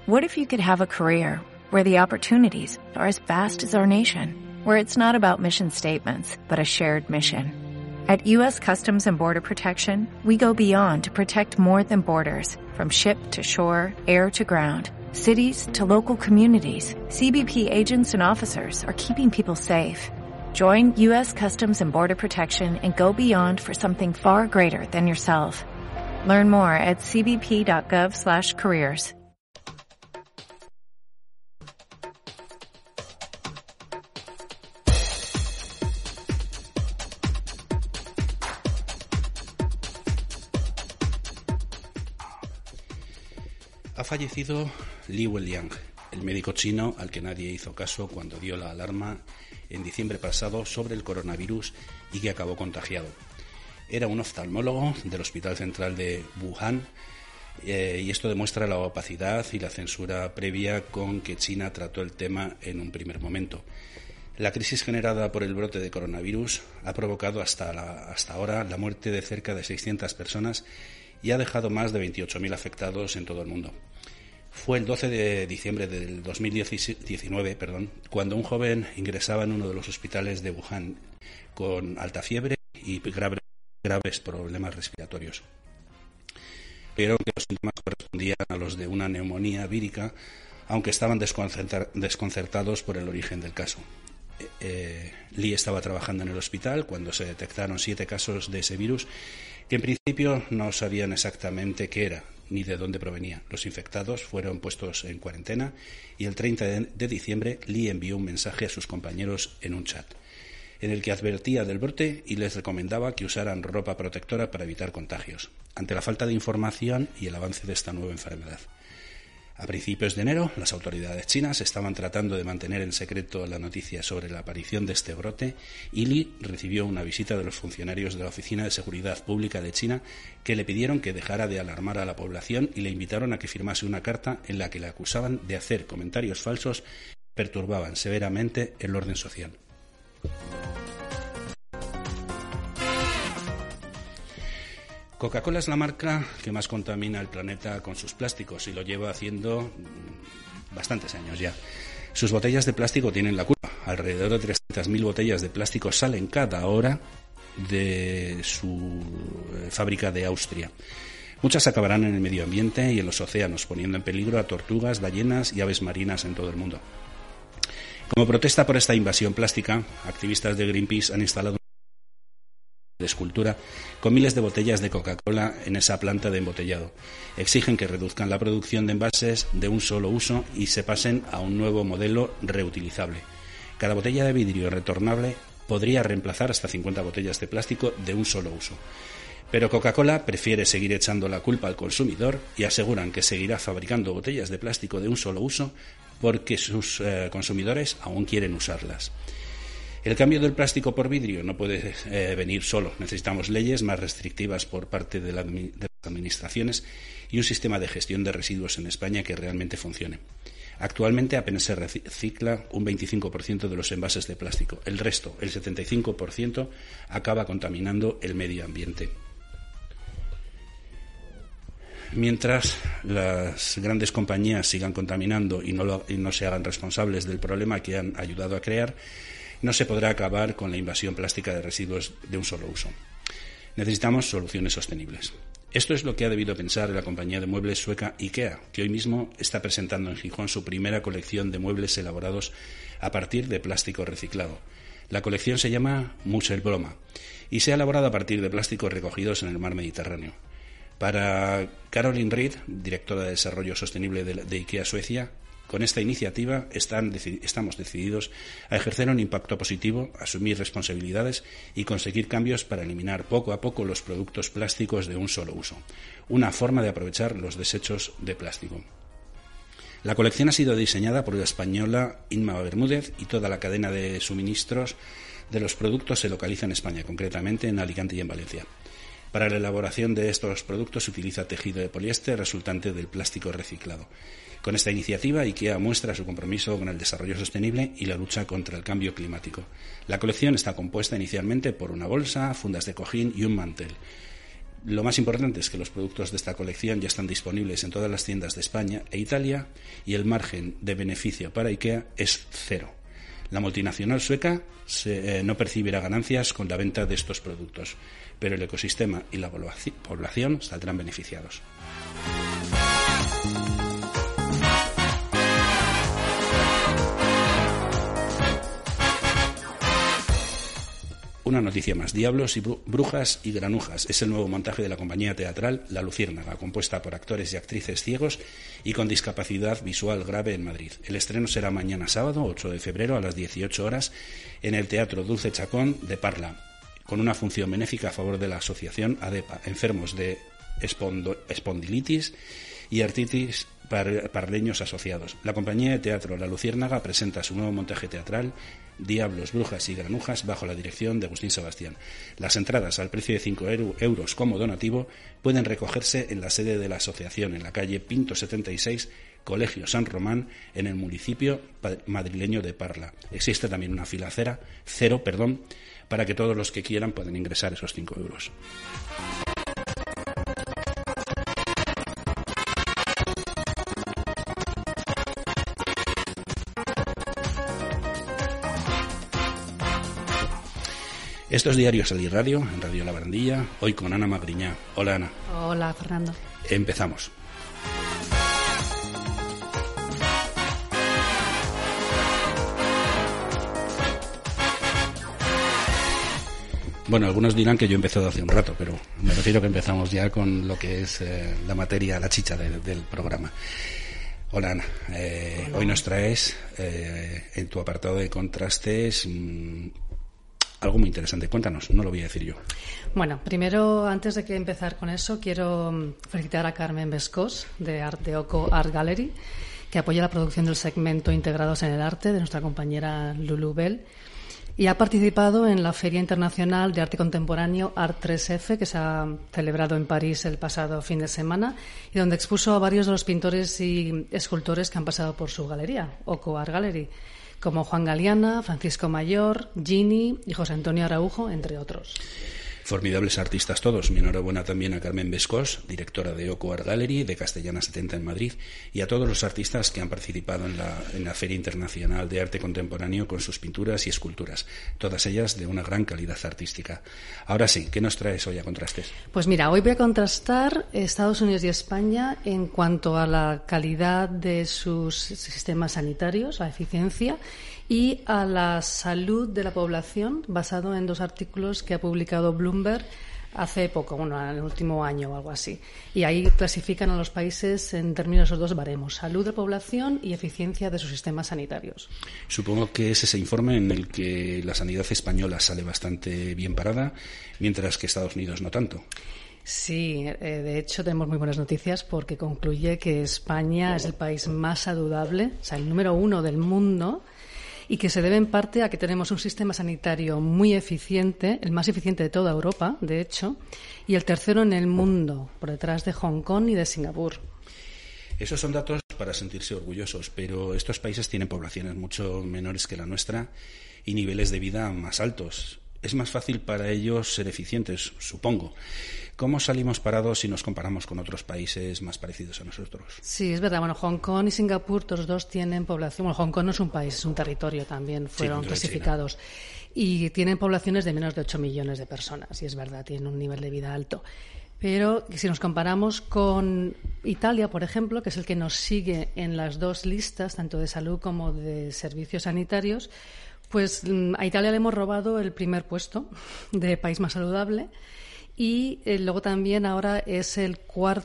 What if you could have a career where the opportunities are as vast as our nation, where it's not about mission statements, but a shared mission? At U.S. Customs and Border Protection, we go beyond to protect more than borders, from ship to shore, air to ground, cities to local communities. CBP agents and officers are keeping people safe. Join U.S. Customs and Border Protection and go beyond for something far greater than yourself. Learn more at cbp.gov/careers. Ha fallecido Li Wenliang, el médico chino al que nadie hizo caso cuando dio la alarma en diciembre pasado sobre el coronavirus y que acabó contagiado. Era un oftalmólogo del Hospital Central de Wuhan y esto demuestra la opacidad y la censura previa con que China trató el tema en un primer momento. La crisis generada por el brote de coronavirus ha provocado hasta ahora la muerte de cerca de 600 personas y ha dejado más de 28.000 afectados en todo el mundo. Fue el 12 de diciembre del 2019, cuando un joven ingresaba en uno de los hospitales de Wuhan con alta fiebre y graves problemas respiratorios. Pero que los síntomas correspondían a los de una neumonía vírica, aunque estaban desconcertados por el origen del caso. Lee estaba trabajando en el hospital cuando se detectaron 7 casos de ese virus que en principio no sabían exactamente qué era ni de dónde provenía. Los infectados fueron puestos en cuarentena y el 30 de diciembre Lee envió un mensaje a sus compañeros en un chat en el que advertía del brote y les recomendaba que usaran ropa protectora para evitar contagios, ante la falta de información y el avance de esta nueva enfermedad. A principios de enero, las autoridades chinas estaban tratando de mantener en secreto la noticia sobre la aparición de este brote y Li recibió una visita de los funcionarios de la Oficina de Seguridad Pública de China que le pidieron que dejara de alarmar a la población y le invitaron a que firmase una carta en la que le acusaban de hacer comentarios falsos que perturbaban severamente el orden social. Coca-Cola es la marca que más contamina el planeta con sus plásticos y lo lleva haciendo bastantes años ya. Sus botellas de plástico tienen la culpa. Alrededor de 300.000 botellas de plástico salen cada hora de su fábrica de Austria. Muchas acabarán en el medio ambiente y en los océanos, poniendo en peligro a tortugas, ballenas y aves marinas en todo el mundo. Como protesta por esta invasión plástica, activistas de Greenpeace han instalado de escultura con miles de botellas de Coca-Cola en esa planta de embotellado. Exigen que reduzcan la producción de envases de un solo uso y se pasen a un nuevo modelo reutilizable. Cada botella de vidrio retornable podría reemplazar hasta 50 botellas de plástico de un solo uso. Pero Coca-Cola prefiere seguir echando la culpa al consumidor y aseguran que seguirá fabricando botellas de plástico de un solo uso porque sus consumidores aún quieren usarlas. El cambio del plástico por vidrio no puede venir solo. Necesitamos leyes más restrictivas por parte de las administraciones y un sistema de gestión de residuos en España que realmente funcione. Actualmente apenas se recicla un 25% de los envases de plástico. El resto, el 75%, acaba contaminando el medio ambiente. Mientras las grandes compañías sigan contaminando y no se hagan responsables del problema que han ayudado a crear, no se podrá acabar con la invasión plástica de residuos de un solo uso. Necesitamos soluciones sostenibles. Esto es lo que ha debido pensar la compañía de muebles sueca IKEA, que hoy mismo está presentando en Gijón su primera colección de muebles elaborados a partir de plástico reciclado. La colección se llama Muselbroma y se ha elaborado a partir de plásticos recogidos en el mar Mediterráneo. Para Caroline Reed, directora de Desarrollo Sostenible de IKEA Suecia, con esta iniciativa estamos decididos a ejercer un impacto positivo, asumir responsabilidades y conseguir cambios para eliminar poco a poco los productos plásticos de un solo uso. Una forma de aprovechar los desechos de plástico. La colección ha sido diseñada por la española Inma Bermúdez y toda la cadena de suministros de los productos se localiza en España, concretamente en Alicante y en Valencia. Para la elaboración de estos productos se utiliza tejido de poliéster resultante del plástico reciclado. Con esta iniciativa, IKEA muestra su compromiso con el desarrollo sostenible y la lucha contra el cambio climático. La colección está compuesta inicialmente por una bolsa, fundas de cojín y un mantel. Lo más importante es que los productos de esta colección ya están disponibles en todas las tiendas de España e Italia y el margen de beneficio para IKEA es cero. La multinacional sueca no percibirá ganancias con la venta de estos productos, pero el ecosistema y la población saldrán beneficiados. Una noticia más. Diablos y brujas y granujas es el nuevo montaje de la compañía teatral La Luciérnaga, compuesta por actores y actrices ciegos y con discapacidad visual grave en Madrid. El estreno será mañana sábado, 8 de febrero, a las 18 horas, en el Teatro Dulce Chacón de Parla, con una función benéfica a favor de la asociación ADEPA, enfermos de espondilitis y artritis parleños asociados. La compañía de teatro La Luciérnaga presenta su nuevo montaje teatral Diablos, brujas y granujas bajo la dirección de Agustín Sebastián. Las entradas al precio de 5 euros como donativo pueden recogerse en la sede de la asociación en la calle Pinto 76, Colegio San Román, en el municipio madrileño de Parla. Existe también una fila cero, para que todos los que quieran puedan ingresar esos 5 euros. Esto es Diario Salir Radio, en Radio La Barandilla, hoy con Ana Magriñá. Hola, Ana. Hola, Fernando. Empezamos. Bueno, algunos dirán que yo he empezado hace un rato, pero me refiero que empezamos ya con lo que es la materia, la chicha del programa. Hola, Ana. Hola. Hoy nos traes en tu apartado de contrastes algo muy interesante. Cuéntanos, no lo voy a decir yo. Bueno, primero, antes de que empezar con eso, quiero felicitar a Carmen Bescós de Oco Art Gallery, que apoya la producción del segmento Integrados en el Arte de nuestra compañera Lulu Bell, y ha participado en la Feria Internacional de Arte Contemporáneo Art 3F, que se ha celebrado en París el pasado fin de semana, y donde expuso a varios de los pintores y escultores que han pasado por su galería, Oco Art Gallery, como Juan Galeana, Francisco Mayor, Gini y José Antonio Araujo, entre otros. Formidables artistas todos. Mi enhorabuena también a Carmen Bescós, directora de Oco Art Gallery de Castellana 70 en Madrid, y a todos los artistas que han participado en la Feria Internacional de Arte Contemporáneo con sus pinturas y esculturas, todas ellas de una gran calidad artística. Ahora sí, ¿qué nos traes hoy a contrastes? Pues mira, hoy voy a contrastar Estados Unidos y España en cuanto a la calidad de sus sistemas sanitarios, la eficiencia, y a la salud de la población, basado en 2 artículos que ha publicado Bloomberg hace poco, en el último año o algo así. Y ahí clasifican a los países en términos de esos 2 baremos: salud de población y eficiencia de sus sistemas sanitarios. Supongo que es ese informe en el que la sanidad española sale bastante bien parada, mientras que Estados Unidos no tanto. Sí, de hecho tenemos muy buenas noticias porque concluye que España es el país más saludable, o sea, el número 1 del mundo, y que se debe en parte a que tenemos un sistema sanitario muy eficiente, el más eficiente de toda Europa, de hecho, y el tercero en el mundo, por detrás de Hong Kong y de Singapur. Esos son datos para sentirse orgullosos, pero estos países tienen poblaciones mucho menores que la nuestra y niveles de vida más altos. Es más fácil para ellos ser eficientes, supongo. ¿Cómo salimos parados si nos comparamos con otros países más parecidos a nosotros? Sí, es verdad. Bueno, Hong Kong y Singapur, todos 2 tienen población. Bueno, Hong Kong no es un país, es un territorio también, fueron clasificados. Y tienen poblaciones de menos de 8 millones de personas. Y es verdad, tienen un nivel de vida alto. Pero si nos comparamos con Italia, por ejemplo, que es el que nos sigue en las 2 listas, tanto de salud como de servicios sanitarios, pues a Italia le hemos robado el primer puesto de país más saludable. Y luego también ahora es el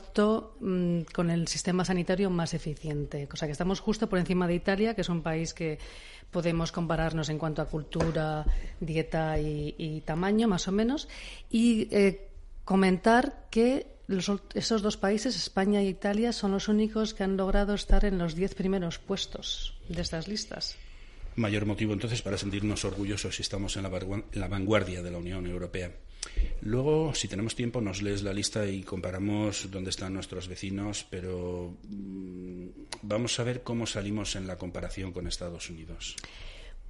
4º con el sistema sanitario más eficiente. O sea que estamos justo por encima de Italia, que es un país que podemos compararnos en cuanto a cultura, dieta y tamaño, más o menos. Y comentar que esos 2 países, España e Italia, son los únicos que han logrado estar en los 10 primeros puestos de estas listas. Mayor motivo entonces para sentirnos orgullosos si estamos en la vanguardia de la Unión Europea. Luego, si tenemos tiempo, nos lees la lista y comparamos dónde están nuestros vecinos, pero vamos a ver cómo salimos en la comparación con Estados Unidos.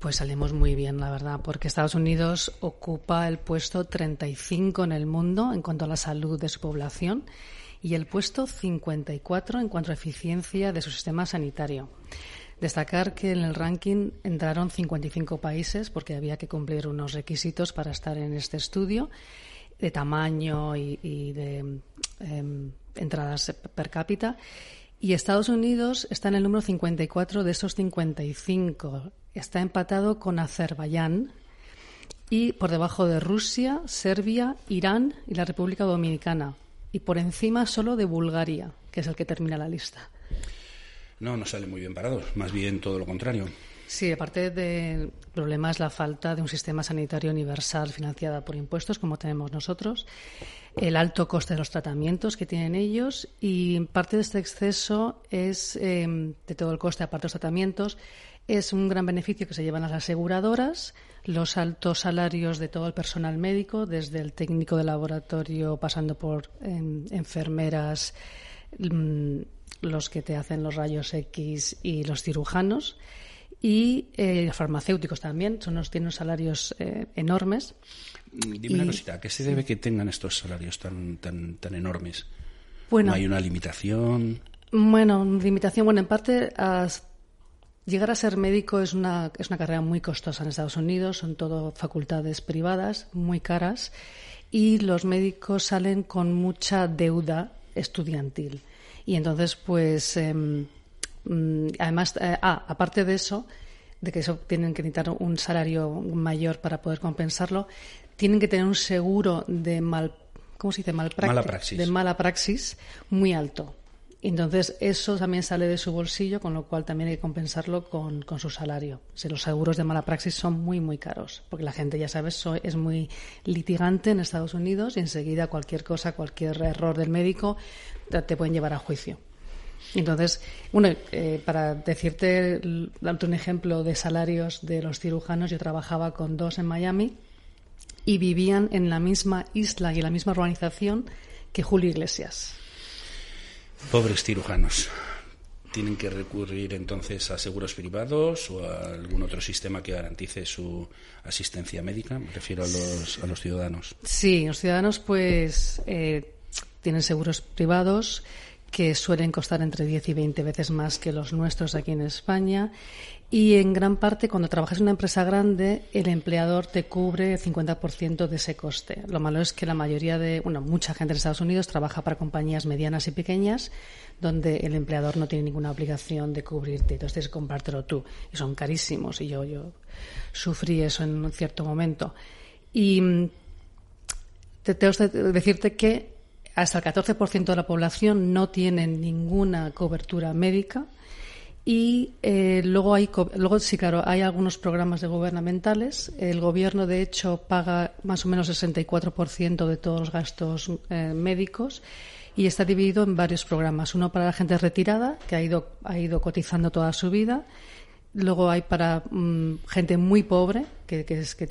Pues salimos muy bien, la verdad, porque Estados Unidos ocupa el puesto 35 en el mundo en cuanto a la salud de su población y el puesto 54 en cuanto a eficiencia de su sistema sanitario. Destacar que en el ranking entraron 55 países porque había que cumplir unos requisitos para estar en este estudio de tamaño y de entradas per cápita. Y Estados Unidos está en el número 54 de esos 55. Está empatado con Azerbaiyán y por debajo de Rusia, Serbia, Irán y la República Dominicana. Y por encima solo de Bulgaria, que es el que termina la lista. No sale muy bien parados, más bien todo lo contrario. Sí, aparte del problema es la falta de un sistema sanitario universal financiado por impuestos, como tenemos nosotros, el alto coste de los tratamientos que tienen ellos y parte de este exceso es, de todo el coste, aparte de los tratamientos, es un gran beneficio que se llevan las aseguradoras, los altos salarios de todo el personal médico, desde el técnico de laboratorio pasando por enfermeras, los que te hacen los rayos X y los cirujanos. Y los farmacéuticos también, tienen unos salarios enormes. Dime una cosita, ¿a qué se debe que tengan estos salarios tan enormes? Bueno, ¿No hay una limitación? Bueno, en parte llegar a ser médico es una carrera muy costosa en Estados Unidos, son todo facultades privadas, muy caras, y los médicos salen con mucha deuda estudiantil. Y entonces, pues... además, aparte de eso, de que eso tienen que necesitar un salario mayor para poder compensarlo, tienen que tener un seguro de mala praxis muy alto. Entonces, eso también sale de su bolsillo, con lo cual también hay que compensarlo con su salario. Los seguros de mala praxis son muy, muy caros, porque la gente, ya sabes, es muy litigante en Estados Unidos y enseguida cualquier error del médico te pueden llevar a juicio. Entonces, para darte un ejemplo de salarios de los cirujanos, yo trabajaba con 2 en Miami y vivían en la misma isla y en la misma urbanización que Julio Iglesias. Pobres cirujanos. ¿Tienen que recurrir entonces a seguros privados o a algún otro sistema que garantice su asistencia médica? Me refiero a los ciudadanos. Sí, los ciudadanos pues tienen seguros privados que suelen costar entre 10 y 20 veces más que los nuestros aquí en España. Y en gran parte, cuando trabajas en una empresa grande, el empleador te cubre el 50% de ese coste. Lo malo es que mucha gente en Estados Unidos trabaja para compañías medianas y pequeñas, donde el empleador no tiene ninguna obligación de cubrirte. Entonces tienes que comprártelo tú. Y son carísimos. Y yo sufrí eso en un cierto momento. Y tengo que decirte que hasta el 14% de la población no tiene ninguna cobertura médica y luego sí, claro, hay algunos programas gubernamentales. El gobierno, de hecho, paga más o menos el 64% de todos los gastos médicos y está dividido en varios programas. Uno para la gente retirada, que ha ido cotizando toda su vida. Luego hay para gente muy pobre, que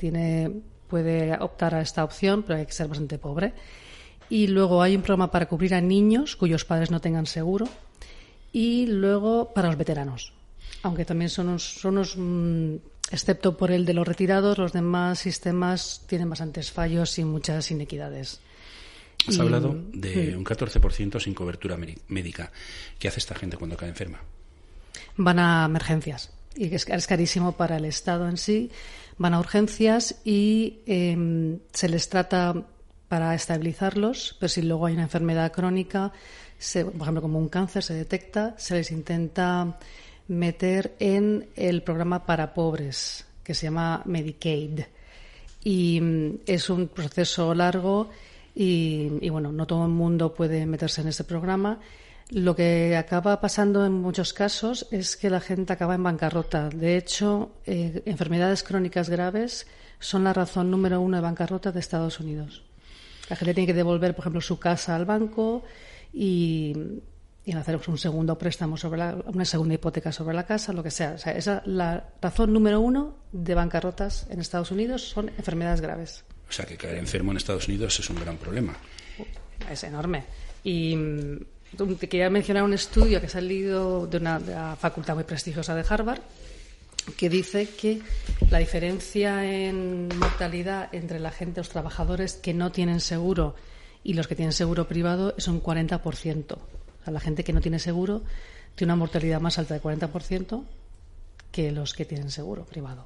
puede optar a esta opción, pero hay que ser bastante pobre. Y luego hay un programa para cubrir a niños cuyos padres no tengan seguro. Y luego para los veteranos. Aunque también son unos excepto por el de los retirados, los demás sistemas tienen bastantes fallos y muchas inequidades. Has hablado de un 14% sin cobertura médica. ¿Qué hace esta gente cuando cae enferma? Van a emergencias. Y es carísimo para el Estado en sí. Van a urgencias y se les trata para estabilizarlos, pero si luego hay una enfermedad crónica, por ejemplo, como un cáncer se detecta, se les intenta meter en el programa para pobres, que se llama Medicaid. Y es un proceso largo y no todo el mundo puede meterse en este programa. Lo que acaba pasando en muchos casos es que la gente acaba en bancarrota. De hecho, enfermedades crónicas graves son la razón número 1 de bancarrota de Estados Unidos. La gente tiene que devolver, por ejemplo, su casa al banco y hacer un segundo préstamo una segunda hipoteca sobre la casa, lo que sea. O sea, esa la razón número 1 de bancarrotas en Estados Unidos son enfermedades graves. O sea, que caer enfermo en Estados Unidos es un gran problema. Es enorme. Y te quería mencionar un estudio que ha salido de una facultad muy prestigiosa de Harvard, que dice que la diferencia en mortalidad entre la gente, los trabajadores que no tienen seguro y los que tienen seguro privado es un 40%. O sea, la gente que no tiene seguro tiene una mortalidad más alta de 40% que los que tienen seguro privado.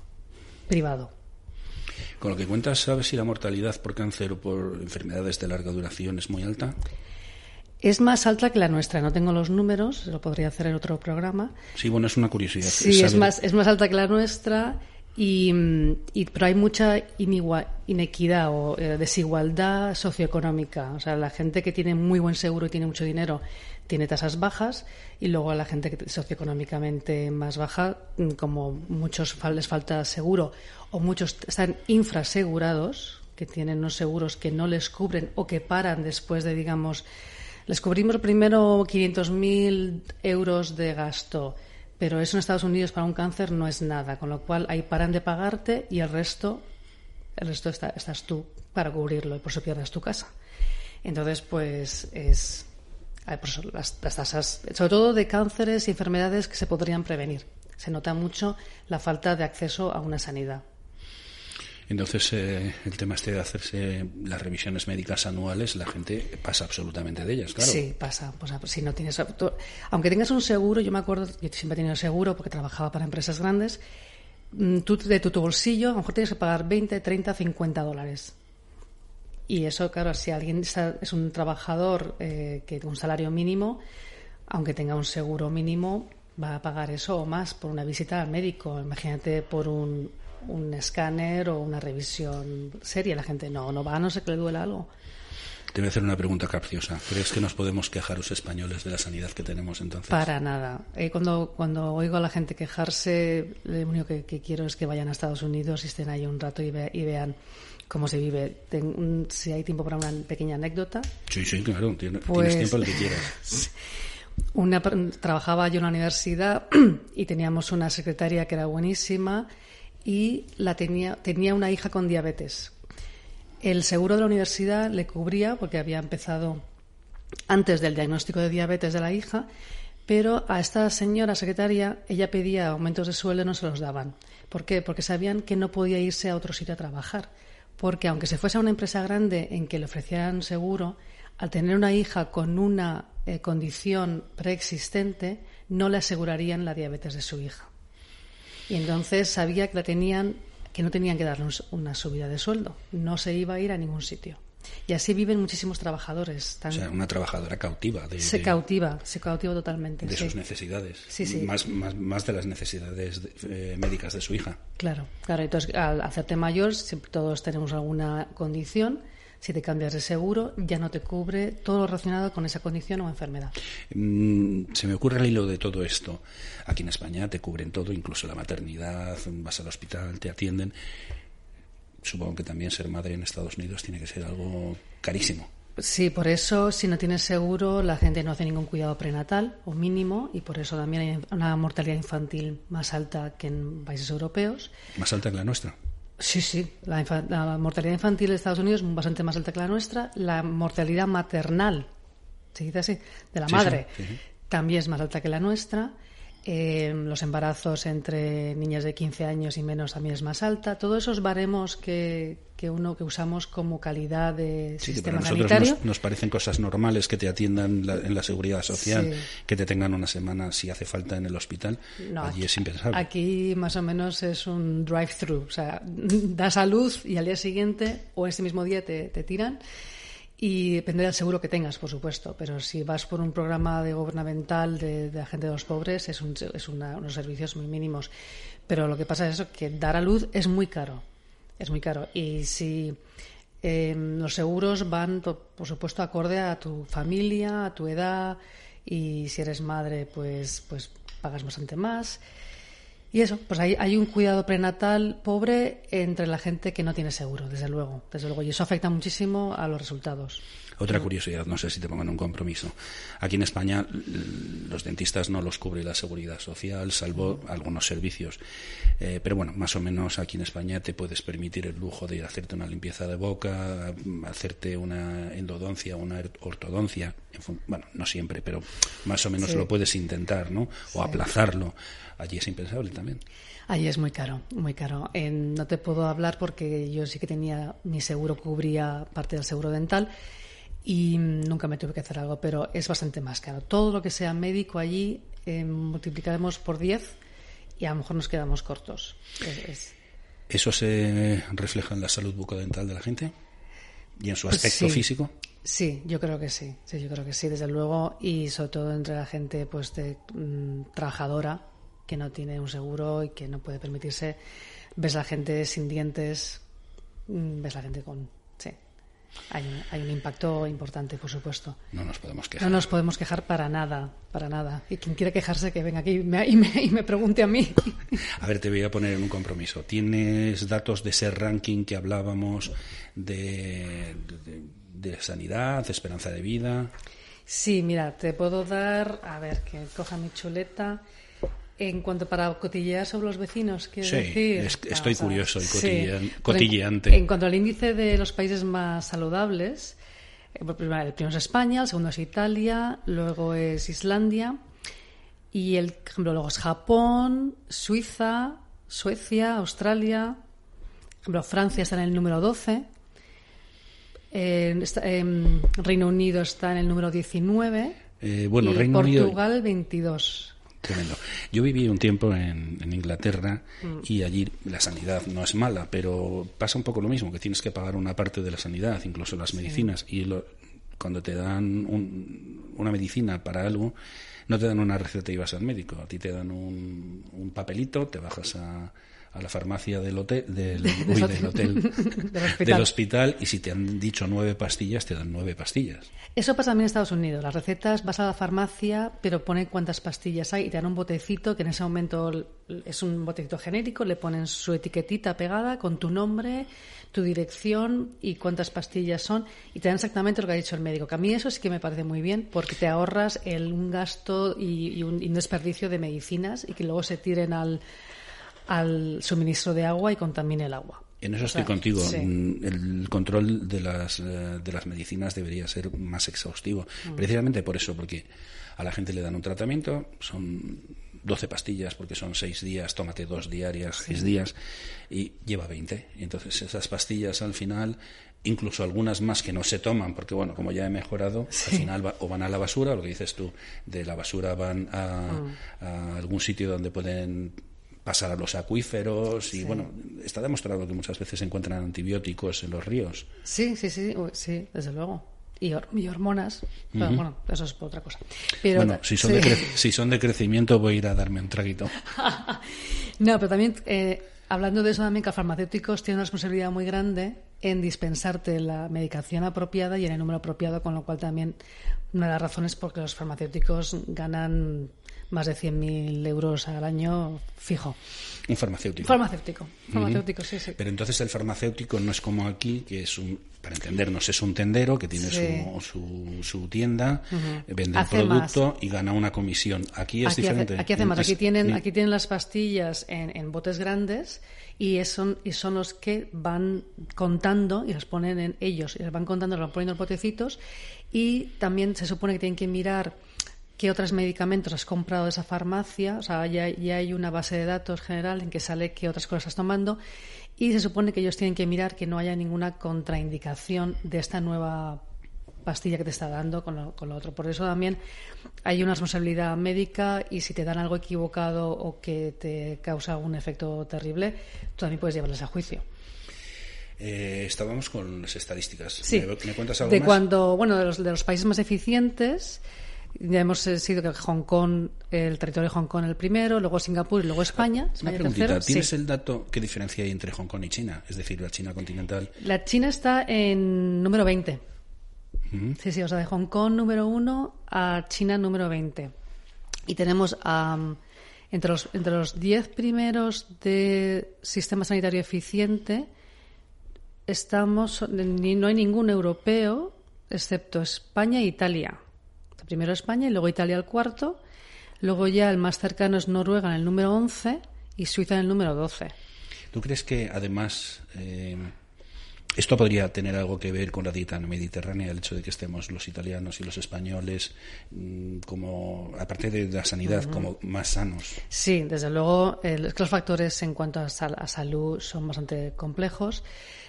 Con lo que cuentas, ¿sabes si la mortalidad por cáncer o por enfermedades de larga duración es muy alta? Es más alta que la nuestra. No tengo los números, lo podría hacer en otro programa. Sí, bueno, es una curiosidad. Sí, es más alta que la nuestra, pero hay mucha inequidad o desigualdad socioeconómica. O sea, la gente que tiene muy buen seguro y tiene mucho dinero tiene tasas bajas, y luego a la gente que socioeconómicamente más baja, como muchos les falta seguro o muchos están infrasegurados, que tienen unos seguros que no les cubren o que paran después de, digamos, les cubrimos primero 500.000 euros de gasto, pero eso en Estados Unidos para un cáncer no es nada, con lo cual ahí paran de pagarte y el resto estás tú para cubrirlo, y por eso pierdes tu casa. Entonces, pues por eso las tasas, sobre todo de cánceres y enfermedades que se podrían prevenir. Se nota mucho la falta de acceso a una sanidad. Entonces, el tema de hacerse las revisiones médicas anuales, la gente pasa absolutamente de ellas, claro. Sí, pasa. Pues, si no tienes, aunque tengas un seguro, yo me acuerdo, yo siempre he tenido seguro porque trabajaba para empresas grandes, tú de tu bolsillo a lo mejor tienes que pagar 20, 30, 50 dólares. Y eso, claro, si alguien es un trabajador que tiene un salario mínimo, aunque tenga un seguro mínimo, va a pagar eso o más por una visita al médico. Imagínate por un escáner o una revisión seria. La gente no va, a no ser que le duela algo. Te voy a hacer una pregunta capciosa. ¿Crees que nos podemos quejar los españoles de la sanidad que tenemos entonces? Para nada. Cuando oigo a la gente quejarse, lo único que quiero es que vayan a Estados Unidos y estén ahí un rato y vean cómo se vive. Si hay tiempo para una pequeña anécdota. Sí, claro. Tienes pues, tiempo el que quieras. Trabajaba yo en la universidad y teníamos una secretaria que era buenísima y tenía una hija con diabetes. El seguro de la universidad le cubría porque había empezado antes del diagnóstico de diabetes de la hija, pero a esta señora secretaria ella pedía aumentos de sueldo y no se los daban. ¿Por qué? Porque sabían que no podía irse a otro sitio a trabajar. Porque aunque se fuese a una empresa grande en que le ofrecieran seguro, al tener una hija con una condición preexistente, no le asegurarían la diabetes de su hija. Y entonces sabía que no tenían que darle una subida de sueldo. No se iba a ir a ningún sitio. Y así viven muchísimos trabajadores. O sea, una trabajadora cautiva. Se cautiva totalmente. De sus necesidades. Sí. Más de las necesidades médicas de su hija. Claro. Entonces, al hacerte mayor, siempre todos tenemos alguna condición. Si te cambias de seguro, ya no te cubre todo lo relacionado con esa condición o enfermedad. Se me ocurre el hilo de todo esto. Aquí en España te cubren todo, incluso la maternidad, vas al hospital, te atienden. Supongo que también ser madre en Estados Unidos tiene que ser algo carísimo. Sí, por eso si no tienes seguro la gente no hace ningún cuidado prenatal o mínimo, y por eso también hay una mortalidad infantil más alta que en países europeos. ¿Más alta que la nuestra? Sí. La mortalidad infantil de Estados Unidos es bastante más alta que la nuestra. La mortalidad maternal, se dice así, de la madre, sí. También es más alta que la nuestra. Los embarazos entre niñas de 15 años y menos también es más alta. Todos esos baremos que usamos como calidad de sistema sanitario. Sí, nosotros nos parecen cosas normales que te atiendan en la seguridad social, sí. Que te tengan una semana si hace falta en el hospital. No, allí es impensable. Aquí más o menos es un drive-thru, o sea, das a luz y al día siguiente o ese mismo día te tiran. Y depende del seguro que tengas, por supuesto, pero si vas por un programa gubernamental de la gente de los pobres es unos servicios muy mínimos. Pero lo que pasa es eso, que dar a luz es muy caro. Y si los seguros van, por supuesto, acorde a tu familia, a tu edad, y si eres madre, pues pagas bastante más. Y eso, pues hay un cuidado prenatal pobre entre la gente que no tiene seguro, desde luego. Y eso afecta muchísimo a los resultados. Otra curiosidad, no sé si te pongan un compromiso. Aquí en España los dentistas no los cubre la Seguridad Social, salvo algunos servicios. Pero bueno, más o menos aquí en España te puedes permitir el lujo de ir a hacerte una limpieza de boca, hacerte una endodoncia, una ortodoncia. Bueno, no siempre, pero más o menos lo puedes intentar, ¿no? O aplazarlo. Allí es impensable también. Allí es muy caro, muy caro. No te puedo hablar porque yo sí que tenía, mi seguro cubría parte del seguro dental y nunca me tuve que hacer algo, pero es bastante más caro. Todo lo que sea médico allí multiplicaremos por 10 y a lo mejor nos quedamos cortos. ¿Eso se refleja en la salud bucodental de la gente y en su aspecto físico? Sí, yo creo que sí. Sí, yo creo que sí, desde luego, y sobre todo entre la gente pues trabajadora que no tiene un seguro y que no puede permitirse. Ves la gente sin dientes, ves la gente con... Sí, hay un impacto importante, por supuesto. No nos podemos quejar. No nos podemos quejar para nada, para nada. Y quien quiera quejarse, que venga aquí y me pregunte a mí. A ver, te voy a poner en un compromiso. ¿Tienes datos de ese ranking que hablábamos de sanidad, de esperanza de vida? Sí, mira, te puedo dar... A ver, que coja mi chuleta... En cuanto para cotillear sobre los vecinos, quiero decir... Sí, estoy curioso y cotilleante. En cuanto al índice de los países más saludables, el primero es España, el segundo es Italia, luego es Islandia, y por ejemplo, luego es Japón, Suiza, Suecia, Australia, por ejemplo, Francia está en el número 12, Reino Unido está en el número 19, y Reino Portugal Unido... 22. Tremendo. Yo viví un tiempo en Inglaterra y allí la sanidad no es mala, pero pasa un poco lo mismo, que tienes que pagar una parte de la sanidad, incluso las medicinas, y cuando te dan una medicina para algo, no te dan una receta y vas al médico, a ti te dan un papelito, te bajas a la farmacia del hospital, y si te han dicho 9 pastillas, te dan 9 pastillas. Eso pasa también en Estados Unidos. Las recetas, vas a la farmacia, pero pone cuántas pastillas hay y te dan un botecito que en ese momento es un botecito genérico, le ponen su etiquetita pegada con tu nombre, tu dirección y cuántas pastillas son, y te dan exactamente lo que ha dicho el médico. Que a mí eso sí que me parece muy bien, porque te ahorras un gasto y un desperdicio de medicinas y que luego se tiren al suministro de agua y contamine el agua. En eso estoy contigo. Sí. El control de las medicinas debería ser más exhaustivo. Precisamente por eso, porque a la gente le dan un tratamiento, son 12 pastillas porque son 6 días, tómate 2 diarias, 6 días, y lleva 20. Y entonces esas pastillas al final, incluso algunas más que no se toman, porque bueno, como ya he mejorado, al final o van a la basura, lo que dices tú, de la basura van a algún sitio donde pueden pasar a los acuíferos y bueno, está demostrado que muchas veces se encuentran antibióticos en los ríos. Sí, desde luego. Y hormonas, pero bueno, eso es otra cosa. Pero bueno, si son de crecimiento voy a ir a darme un traguito. No, pero también, hablando de eso también, que los farmacéuticos tienen una responsabilidad muy grande en dispensarte la medicación apropiada y en el número apropiado, con lo cual también una de las razones por que los farmacéuticos ganan más de 100.000 euros al año fijo. Un farmacéutico. Farmacéutico, sí. Pero entonces el farmacéutico no es como aquí, que es para entendernos, es un tendero que tiene su tienda, vende el producto y gana una comisión. Aquí es diferente. Aquí hace más. Aquí tienen las pastillas en botes grandes y son los que van contando y las ponen en ellos. Y las van contando, las van poniendo en botecitos, y también se supone que tienen que mirar qué otros medicamentos has comprado de esa farmacia. O sea, ya hay una base de datos general en que sale qué otras cosas estás tomando, y se supone que ellos tienen que mirar que no haya ninguna contraindicación de esta nueva pastilla que te está dando con lo otro. Por eso también hay una responsabilidad médica, y si te dan algo equivocado o que te causa un efecto terrible, tú también puedes llevarles a juicio. Estábamos con las estadísticas. Sí. ¿Me cuentas algo más? De los países más eficientes, ya hemos sido que Hong Kong, el territorio de Hong Kong el primero, luego Singapur y luego España. Una preguntita, ¿tienes el dato? ¿Qué diferencia hay entre Hong Kong y China? Es decir, la China continental. La China está en número 20. Sí, o sea, de Hong Kong número 1 a China número 20. Y tenemos entre los 10 primeros de sistema sanitario eficiente, no hay ningún europeo excepto España e Italia. Primero España y luego Italia el cuarto. Luego ya el más cercano es Noruega en el número 11 y Suiza en el número 12. ¿Tú crees que además esto podría tener algo que ver con la dieta mediterránea, el hecho de que estemos los italianos y los españoles como, aparte de la sanidad, como más sanos? Sí, desde luego los factores en cuanto a salud son bastante complejos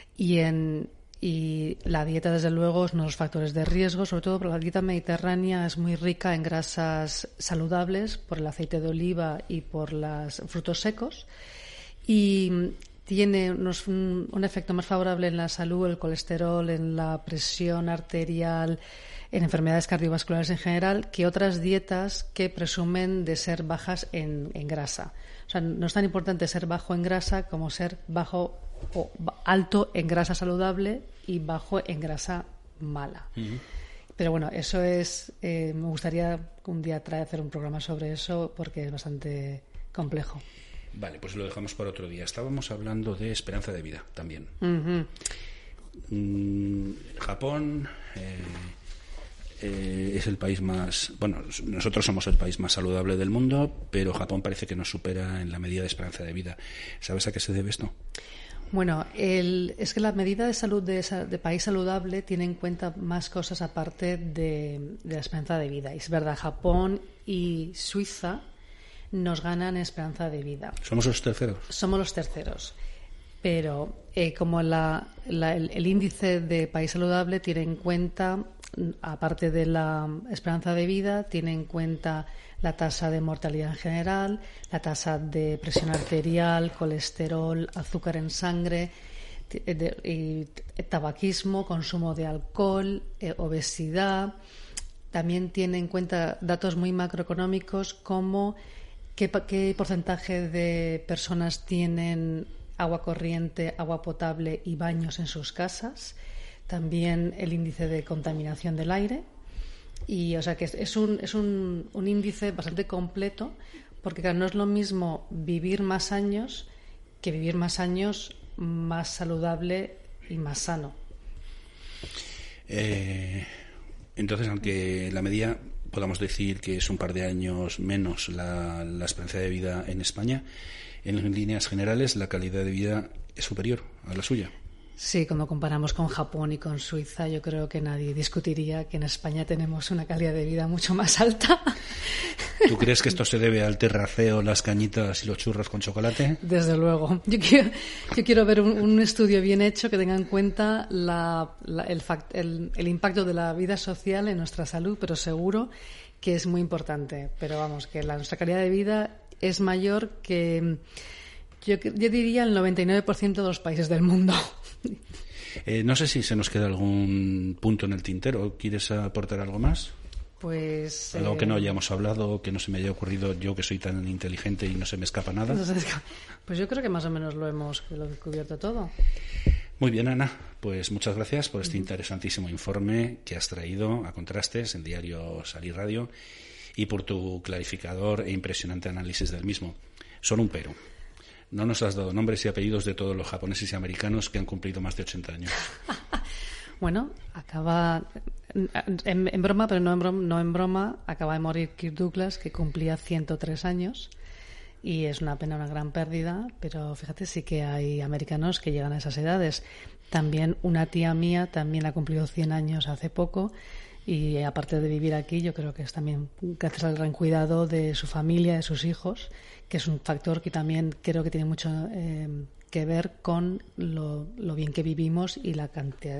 y la dieta, desde luego, es uno de los factores de riesgo, sobre todo porque la dieta mediterránea es muy rica en grasas saludables por el aceite de oliva y por los frutos secos, y tiene un efecto más favorable en la salud, el colesterol, en la presión arterial, en enfermedades cardiovasculares en general, que otras dietas que presumen de ser bajas en grasa. O sea, no es tan importante ser bajo en grasa como ser bajo o alto en grasa saludable y bajo en grasa mala. Uh-huh. Pero bueno, eso es... me gustaría un día hacer un programa sobre eso porque es bastante complejo. Vale, pues lo dejamos para otro día. Estábamos hablando de esperanza de vida también. Uh-huh. Japón es el país más... Bueno, nosotros somos el país más saludable del mundo, pero Japón parece que nos supera en la medida de esperanza de vida. ¿Sabes a qué se debe esto? Bueno, es que la medida de salud de país saludable tiene en cuenta más cosas aparte de la esperanza de vida. Y es verdad, Japón y Suiza nos ganan esperanza de vida. ¿Somos los terceros? Somos los terceros. Pero como el índice de país saludable tiene en cuenta, aparte de la esperanza de vida, tiene en cuenta la tasa de mortalidad en general, la tasa de presión arterial, colesterol, azúcar en sangre, tabaquismo, consumo de alcohol, obesidad. También tiene en cuenta datos muy macroeconómicos como qué porcentaje de personas tienen agua corriente, agua potable y baños en sus casas. También el índice de contaminación del aire. Y o sea que es un índice bastante completo, porque claro, no es lo mismo vivir más años que vivir más años más saludable y más sano. Entonces, aunque la media podamos decir que es un par de años menos la esperanza de vida en España, en líneas generales la calidad de vida es superior a la suya. Sí, cuando comparamos con Japón y con Suiza, yo creo que nadie discutiría que en España tenemos una calidad de vida mucho más alta. ¿Tú crees que esto se debe al terraceo, las cañitas y los churros con chocolate? Desde luego. Yo quiero ver un estudio bien hecho que tenga en cuenta el impacto de la vida social en nuestra salud, pero seguro que es muy importante. Pero vamos, que nuestra calidad de vida es mayor que... Yo diría el 99% de los países del mundo. No sé si se nos queda algún punto en el tintero. ¿Quieres aportar algo más? Pues... Algo que no hayamos hablado, que no se me haya ocurrido yo, que soy tan inteligente y no se me escapa nada. Pues yo creo que más o menos lo hemos cubierto todo. Muy bien, Ana. Pues muchas gracias por este interesantísimo informe que has traído a Contrastes en Diario Sal y Radio y por tu clarificador e impresionante análisis del mismo. Solo un pero. No nos has dado nombres y apellidos de todos los japoneses y americanos que han cumplido más de 80 años. Bueno, acaba... En broma, pero no en broma, acaba de morir Kirk Douglas, que cumplía 103 años. Y es una pena, una gran pérdida, pero fíjate, sí que hay americanos que llegan a esas edades. También una tía mía también ha cumplido 100 años hace poco. Y aparte de vivir aquí, yo creo que es también gracias al gran cuidado de su familia, de sus hijos, que es un factor que también creo que tiene mucho que ver con lo bien que vivimos y la cantidad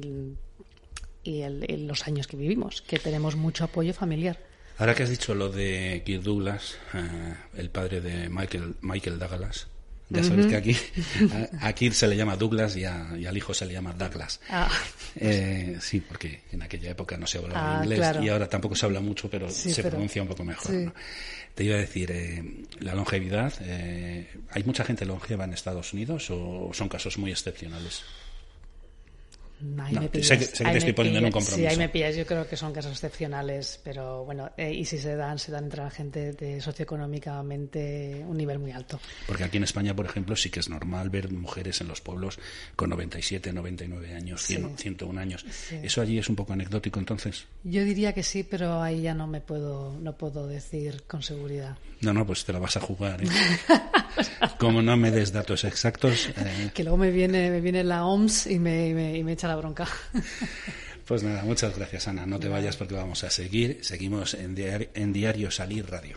y los años que vivimos, que tenemos mucho apoyo familiar. Ahora que has dicho lo de Kirk Douglas, el padre de Michael Douglas, ya sabes que a Kirk se le llama Douglas y al hijo se le llama Douglas. Sí, porque en aquella época no se hablaba inglés, claro. Y ahora tampoco se habla mucho, pero se pronuncia un poco mejor. Sí. ¿No? Te iba a decir, la longevidad, ¿hay mucha gente longeva en Estados Unidos o son casos muy excepcionales? Ahí me pillas. Sé que te estoy poniendo en un compromiso. Sí, ahí me pillas. Yo creo que son casos excepcionales, pero bueno, y si se dan entre la gente de socioeconómicamente un nivel muy alto. Porque aquí en España, por ejemplo, sí que es normal ver mujeres en los pueblos con 97, 99 años, 101 años. Sí. ¿Eso allí es un poco anecdótico entonces? Yo diría que sí, pero ahí ya no puedo decir con seguridad. No, pues te la vas a jugar, ¿eh? Como no me des datos exactos... Que luego me viene la OMS y me echa la bronca. Pues nada, muchas gracias, Ana. No te vayas porque vamos a seguir. Seguimos en Diario Salir Radio.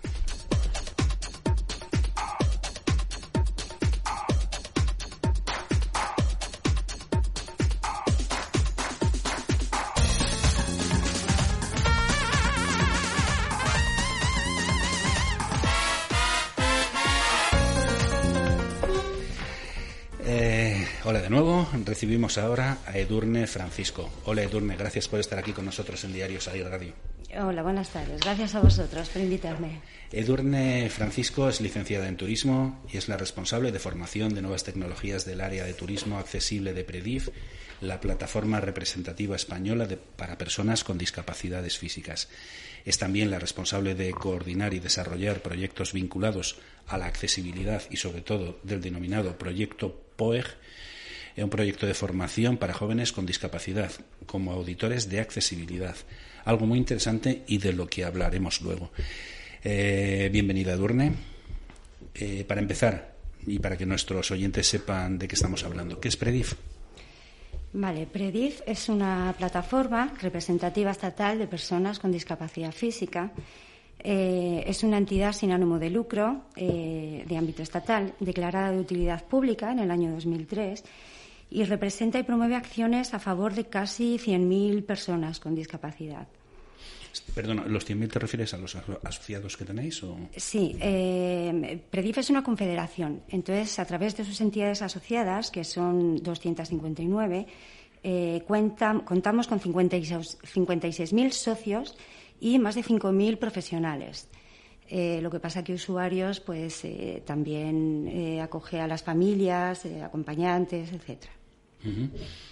Hola de nuevo, recibimos ahora a Edurne Francisco. Hola Edurne, gracias por estar aquí con nosotros en Diario Salir Radio. Hola, buenas tardes, gracias a vosotros por invitarme. Edurne Francisco es licenciada en Turismo y es la responsable de formación de nuevas tecnologías del área de turismo accesible de Predif, la plataforma representativa española para personas con discapacidades físicas. Es también la responsable de coordinar y desarrollar proyectos vinculados a la accesibilidad y sobre todo del denominado proyecto POEG, un proyecto de formación para jóvenes con discapacidad como auditores de accesibilidad. Algo muy interesante y de lo que hablaremos luego. Bienvenida, Edurne. Para empezar, y para que nuestros oyentes sepan de qué estamos hablando, ¿qué es Predif? Vale, Predif es una plataforma representativa estatal de personas con discapacidad física. Es una entidad sin ánimo de lucro de ámbito estatal, declarada de utilidad pública en el año 2003 y representa y promueve acciones a favor de casi 100.000 personas con discapacidad. Perdona, ¿los 100.000 te refieres a los asociados que tenéis? ¿O? Sí, Predif es una confederación. Entonces, a través de sus entidades asociadas, que son 259, contamos con 56.000 socios y más de 5.000 profesionales. Lo que pasa que usuarios pues también acoge a las familias, acompañantes, etcétera. Uh-huh.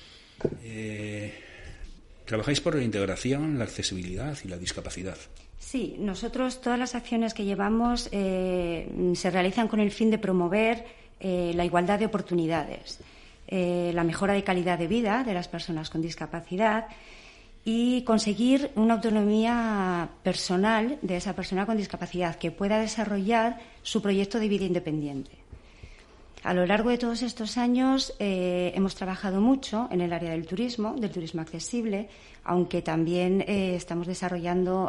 ¿Trabajáis por la integración, la accesibilidad y la discapacidad? Sí, nosotros todas las acciones que llevamos se realizan con el fin de promover la igualdad de oportunidades, la mejora de calidad de vida de las personas con discapacidad y conseguir una autonomía personal de esa persona con discapacidad que pueda desarrollar su proyecto de vida independiente. A lo largo de todos estos años hemos trabajado mucho en el área del turismo accesible, aunque también estamos desarrollando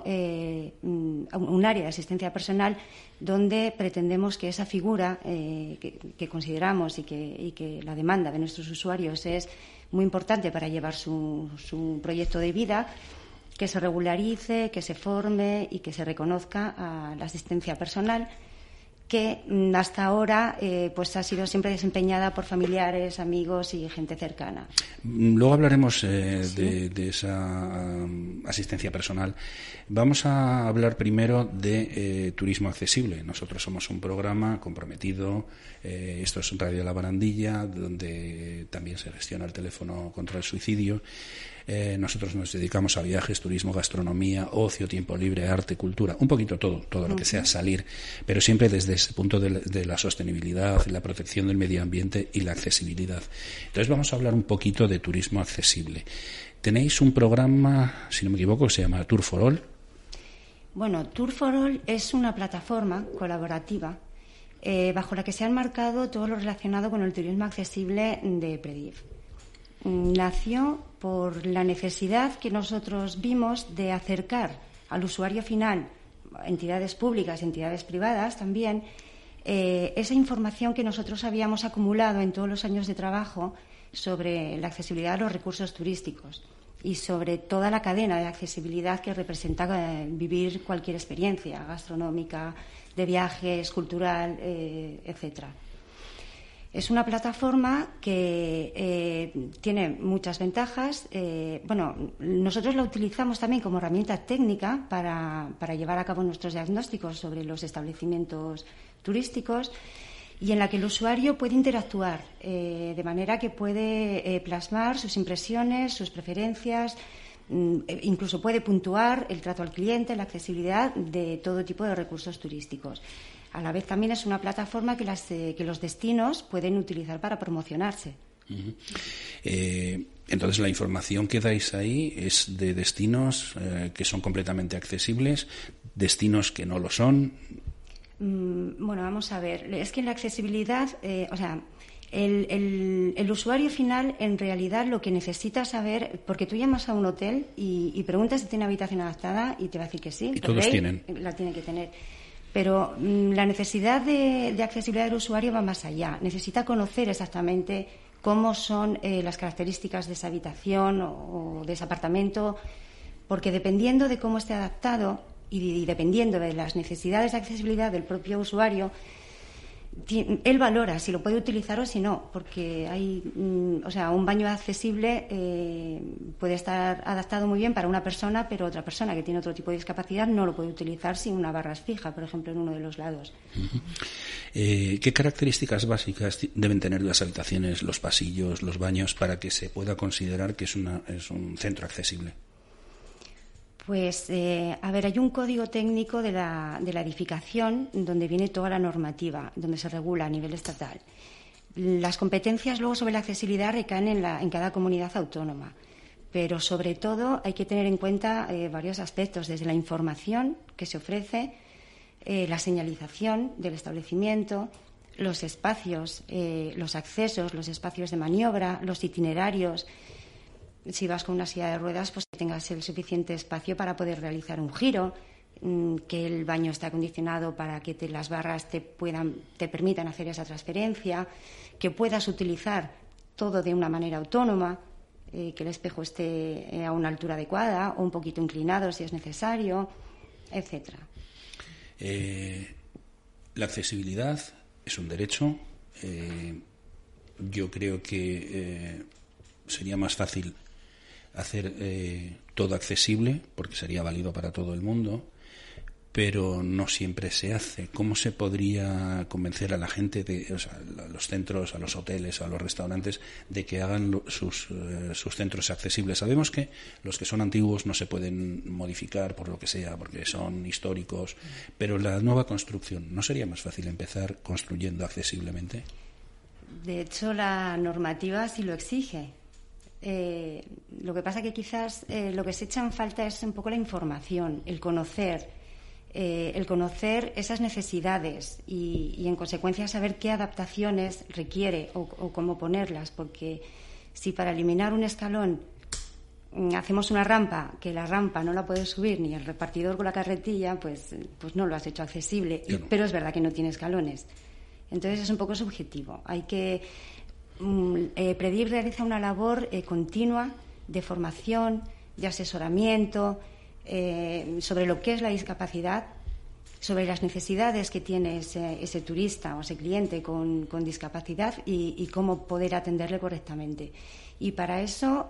un área de asistencia personal donde pretendemos que esa figura que consideramos y que la demanda de nuestros usuarios es muy importante para llevar su proyecto de vida, que se regularice, que se forme y que se reconozca a la asistencia personal, que hasta ahora pues ha sido siempre desempeñada por familiares, amigos y gente cercana. Luego hablaremos de esa asistencia personal. Vamos a hablar primero de turismo accesible. Nosotros somos un programa comprometido, esto es Radio La Barandilla, donde también se gestiona el teléfono contra el suicidio. Nosotros nos dedicamos a viajes, turismo, gastronomía, ocio, tiempo libre, arte, cultura, un poquito todo lo que sea salir, pero siempre desde ese punto de la sostenibilidad, la protección del medio ambiente y la accesibilidad. Entonces vamos a hablar un poquito de turismo accesible. Tenéis un programa, si no me equivoco, que se llama Tour for All. Bueno, Tour for All es una plataforma colaborativa bajo la que se ha enmarcado todo lo relacionado con el turismo accesible de Predif. Nació por la necesidad que nosotros vimos de acercar al usuario final, entidades públicas, entidades privadas también, esa información que nosotros habíamos acumulado en todos los años de trabajo sobre la accesibilidad a los recursos turísticos y sobre toda la cadena de accesibilidad que representa vivir cualquier experiencia gastronómica, de viajes, cultural, etcétera. Es una plataforma que tiene muchas ventajas. Nosotros la utilizamos también como herramienta técnica para llevar a cabo nuestros diagnósticos sobre los establecimientos turísticos y en la que el usuario puede interactuar de manera que puede plasmar sus impresiones, sus preferencias, incluso puede puntuar el trato al cliente, la accesibilidad de todo tipo de recursos turísticos. A la vez también es una plataforma que los destinos pueden utilizar para promocionarse. Entonces, la información que dais ahí es de destinos que son completamente accesibles, destinos que no lo son. Bueno, vamos a ver. Es que en la accesibilidad, el usuario final en realidad lo que necesita saber, porque tú llamas a un hotel y preguntas si tiene habitación adaptada y te va a decir que sí. Y todos tienen. La tiene que tener. Pero la necesidad de accesibilidad del usuario va más allá. Necesita conocer exactamente cómo son las características de esa habitación o de ese apartamento, porque dependiendo de cómo esté adaptado y dependiendo de las necesidades de accesibilidad del propio usuario, él valora si lo puede utilizar o si no, porque hay, un baño accesible puede estar adaptado muy bien para una persona, pero otra persona que tiene otro tipo de discapacidad no lo puede utilizar si una barra es fija, por ejemplo, en uno de los lados. ¿Qué características básicas deben tener las habitaciones, los pasillos, los baños, para que se pueda considerar que es un centro accesible? Pues, hay un código técnico de la edificación donde viene toda la normativa, donde se regula a nivel estatal. Las competencias luego sobre la accesibilidad recaen en cada comunidad autónoma, pero sobre todo hay que tener en cuenta varios aspectos, desde la información que se ofrece, la señalización del establecimiento, los espacios, los accesos, los espacios de maniobra, los itinerarios. Si vas con una silla de ruedas, pues que tengas el suficiente espacio para poder realizar un giro, que el baño esté acondicionado para que las barras te permitan hacer esa transferencia, que puedas utilizar todo de una manera autónoma, que el espejo esté a una altura adecuada o un poquito inclinado si es necesario, etcétera. La accesibilidad es un derecho. Yo creo que sería más fácil hacer todo accesible, porque sería válido para todo el mundo, pero no siempre se hace. ¿Cómo se podría convencer a la gente, a los centros, a los hoteles, a los restaurantes, de que hagan sus centros accesibles? Sabemos que los que son antiguos no se pueden modificar por lo que sea, porque son históricos, pero la nueva construcción, ¿no sería más fácil empezar construyendo accesiblemente? De hecho, la normativa sí lo exige. Lo que pasa que quizás lo que se echa en falta es un poco la información, el conocer esas necesidades y en consecuencia saber qué adaptaciones requiere o cómo ponerlas, porque si para eliminar un escalón hacemos una rampa, que la rampa no la puede subir ni el repartidor con la carretilla, pues no lo has hecho accesible, pero es verdad que no tiene escalones. Entonces es un poco subjetivo. Hay que Prediv realiza una labor continua de formación, de asesoramiento sobre lo que es la discapacidad, sobre las necesidades que tiene ese turista o ese cliente con discapacidad y cómo poder atenderle correctamente. Y para eso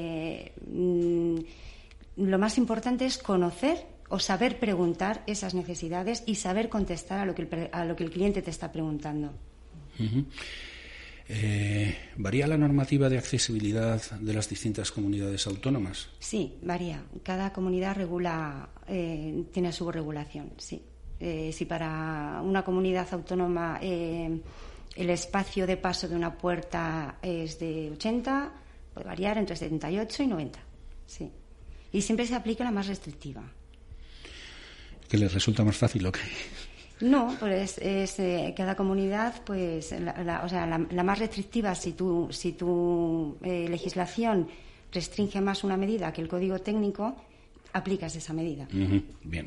lo más importante es conocer o saber preguntar esas necesidades y saber contestar a lo que el cliente te está preguntando. Uh-huh. ¿Varía la normativa de accesibilidad de las distintas comunidades autónomas? Sí, varía. Cada comunidad tiene su regulación, sí. Si para una comunidad autónoma el espacio de paso de una puerta es de 80, puede variar entre 78 y 90, sí. Y siempre se aplica la más restrictiva. ¿Que les resulta más fácil o qué? No, pues cada comunidad, pues la más restrictiva, si tu legislación restringe más una medida que el código técnico, aplicas esa medida. Uh-huh. Bien.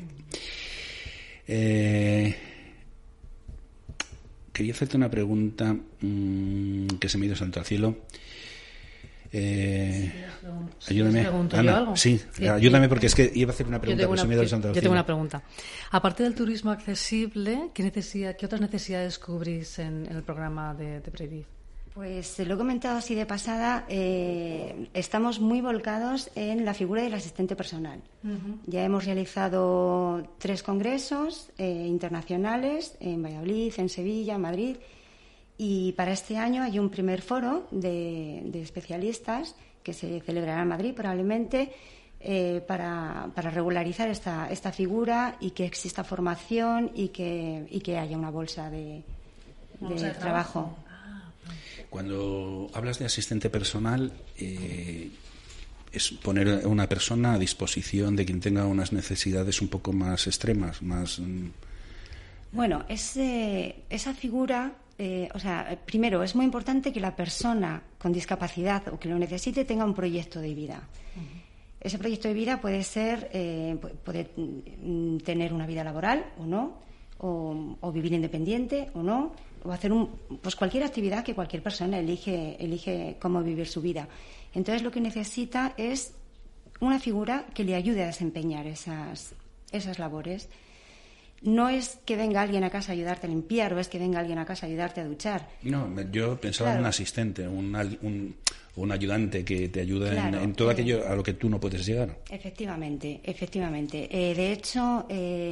Quería hacerte una pregunta que se me ha ido santo al cielo. Ayúdame. ¿Pregunto Ana, yo algo? Sí, ayúdame porque es que iba a hacer una pregunta, pero se me ha ido santo al cielo. Yo tengo una pregunta. Aparte del turismo accesible, ¿qué otras necesidades cubrís en el programa de Prediv? Pues lo he comentado así de pasada, estamos muy volcados en la figura del asistente personal. Uh-huh. Ya hemos realizado 3 congresos internacionales en Valladolid, en Sevilla, en Madrid, Y para este año hay un primer foro de especialistas que se celebrará en Madrid probablemente para regularizar esta figura y que exista formación y que haya una bolsa de trabajo. Cuando hablas de asistente personal, es poner a una persona a disposición de quien tenga unas necesidades un poco más extremas, más... Bueno, esa figura, primero, es muy importante que la persona con discapacidad o que lo necesite tenga un proyecto de vida. Uh-huh. Ese proyecto de vida puede ser, puede tener una vida laboral o no, o vivir independiente o no, o hacer cualquier actividad que cualquier persona elige cómo vivir su vida. Entonces lo que necesita es una figura que le ayude a desempeñar esas labores. No es que venga alguien a casa a ayudarte a limpiar o es que venga alguien a casa a ayudarte a duchar. No, yo pensaba en un asistente, un ayudante que te ayude en todo aquello a lo que tú no puedes llegar. Efectivamente. De hecho,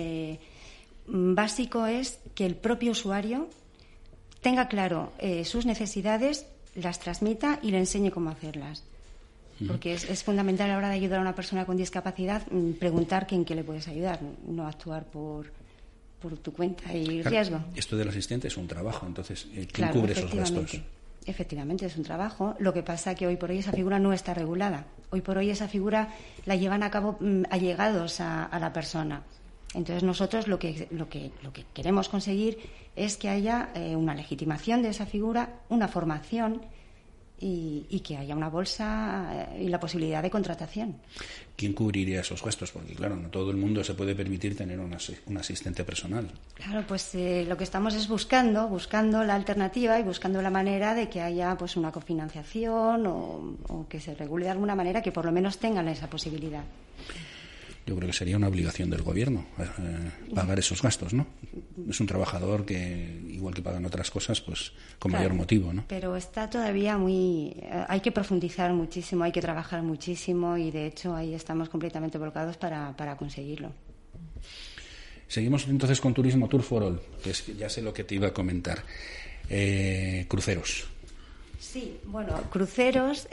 básico es que el propio usuario tenga claro sus necesidades, las transmita y le enseñe cómo hacerlas. Porque es fundamental a la hora de ayudar a una persona con discapacidad preguntar en qué le puedes ayudar, no actuar por tu cuenta y riesgo. Esto del asistente es un trabajo, entonces, ¿quién cubre esos gastos? Efectivamente, es un trabajo. Lo que pasa es que hoy por hoy esa figura no está regulada. Hoy por hoy esa figura la llevan a cabo allegados a la persona. Entonces nosotros lo que queremos conseguir es que haya una legitimación de esa figura, una formación y que haya una bolsa y la posibilidad de contratación. ¿Quién cubriría esos gastos? Porque claro, no todo el mundo se puede permitir tener un asistente personal. Claro, pues lo que estamos es buscando la alternativa y buscando la manera de que haya pues una cofinanciación o que se regule de alguna manera que por lo menos tengan esa posibilidad. Yo creo que sería una obligación del gobierno pagar esos gastos, ¿no? Es un trabajador que, igual que pagan otras cosas, pues con mayor motivo, ¿no? Pero está todavía hay que profundizar muchísimo, hay que trabajar muchísimo y, de hecho, ahí estamos completamente volcados para conseguirlo. Seguimos entonces con Turismo Tour for All, que ya sé lo que te iba a comentar. Cruceros. Sí, bueno, cruceros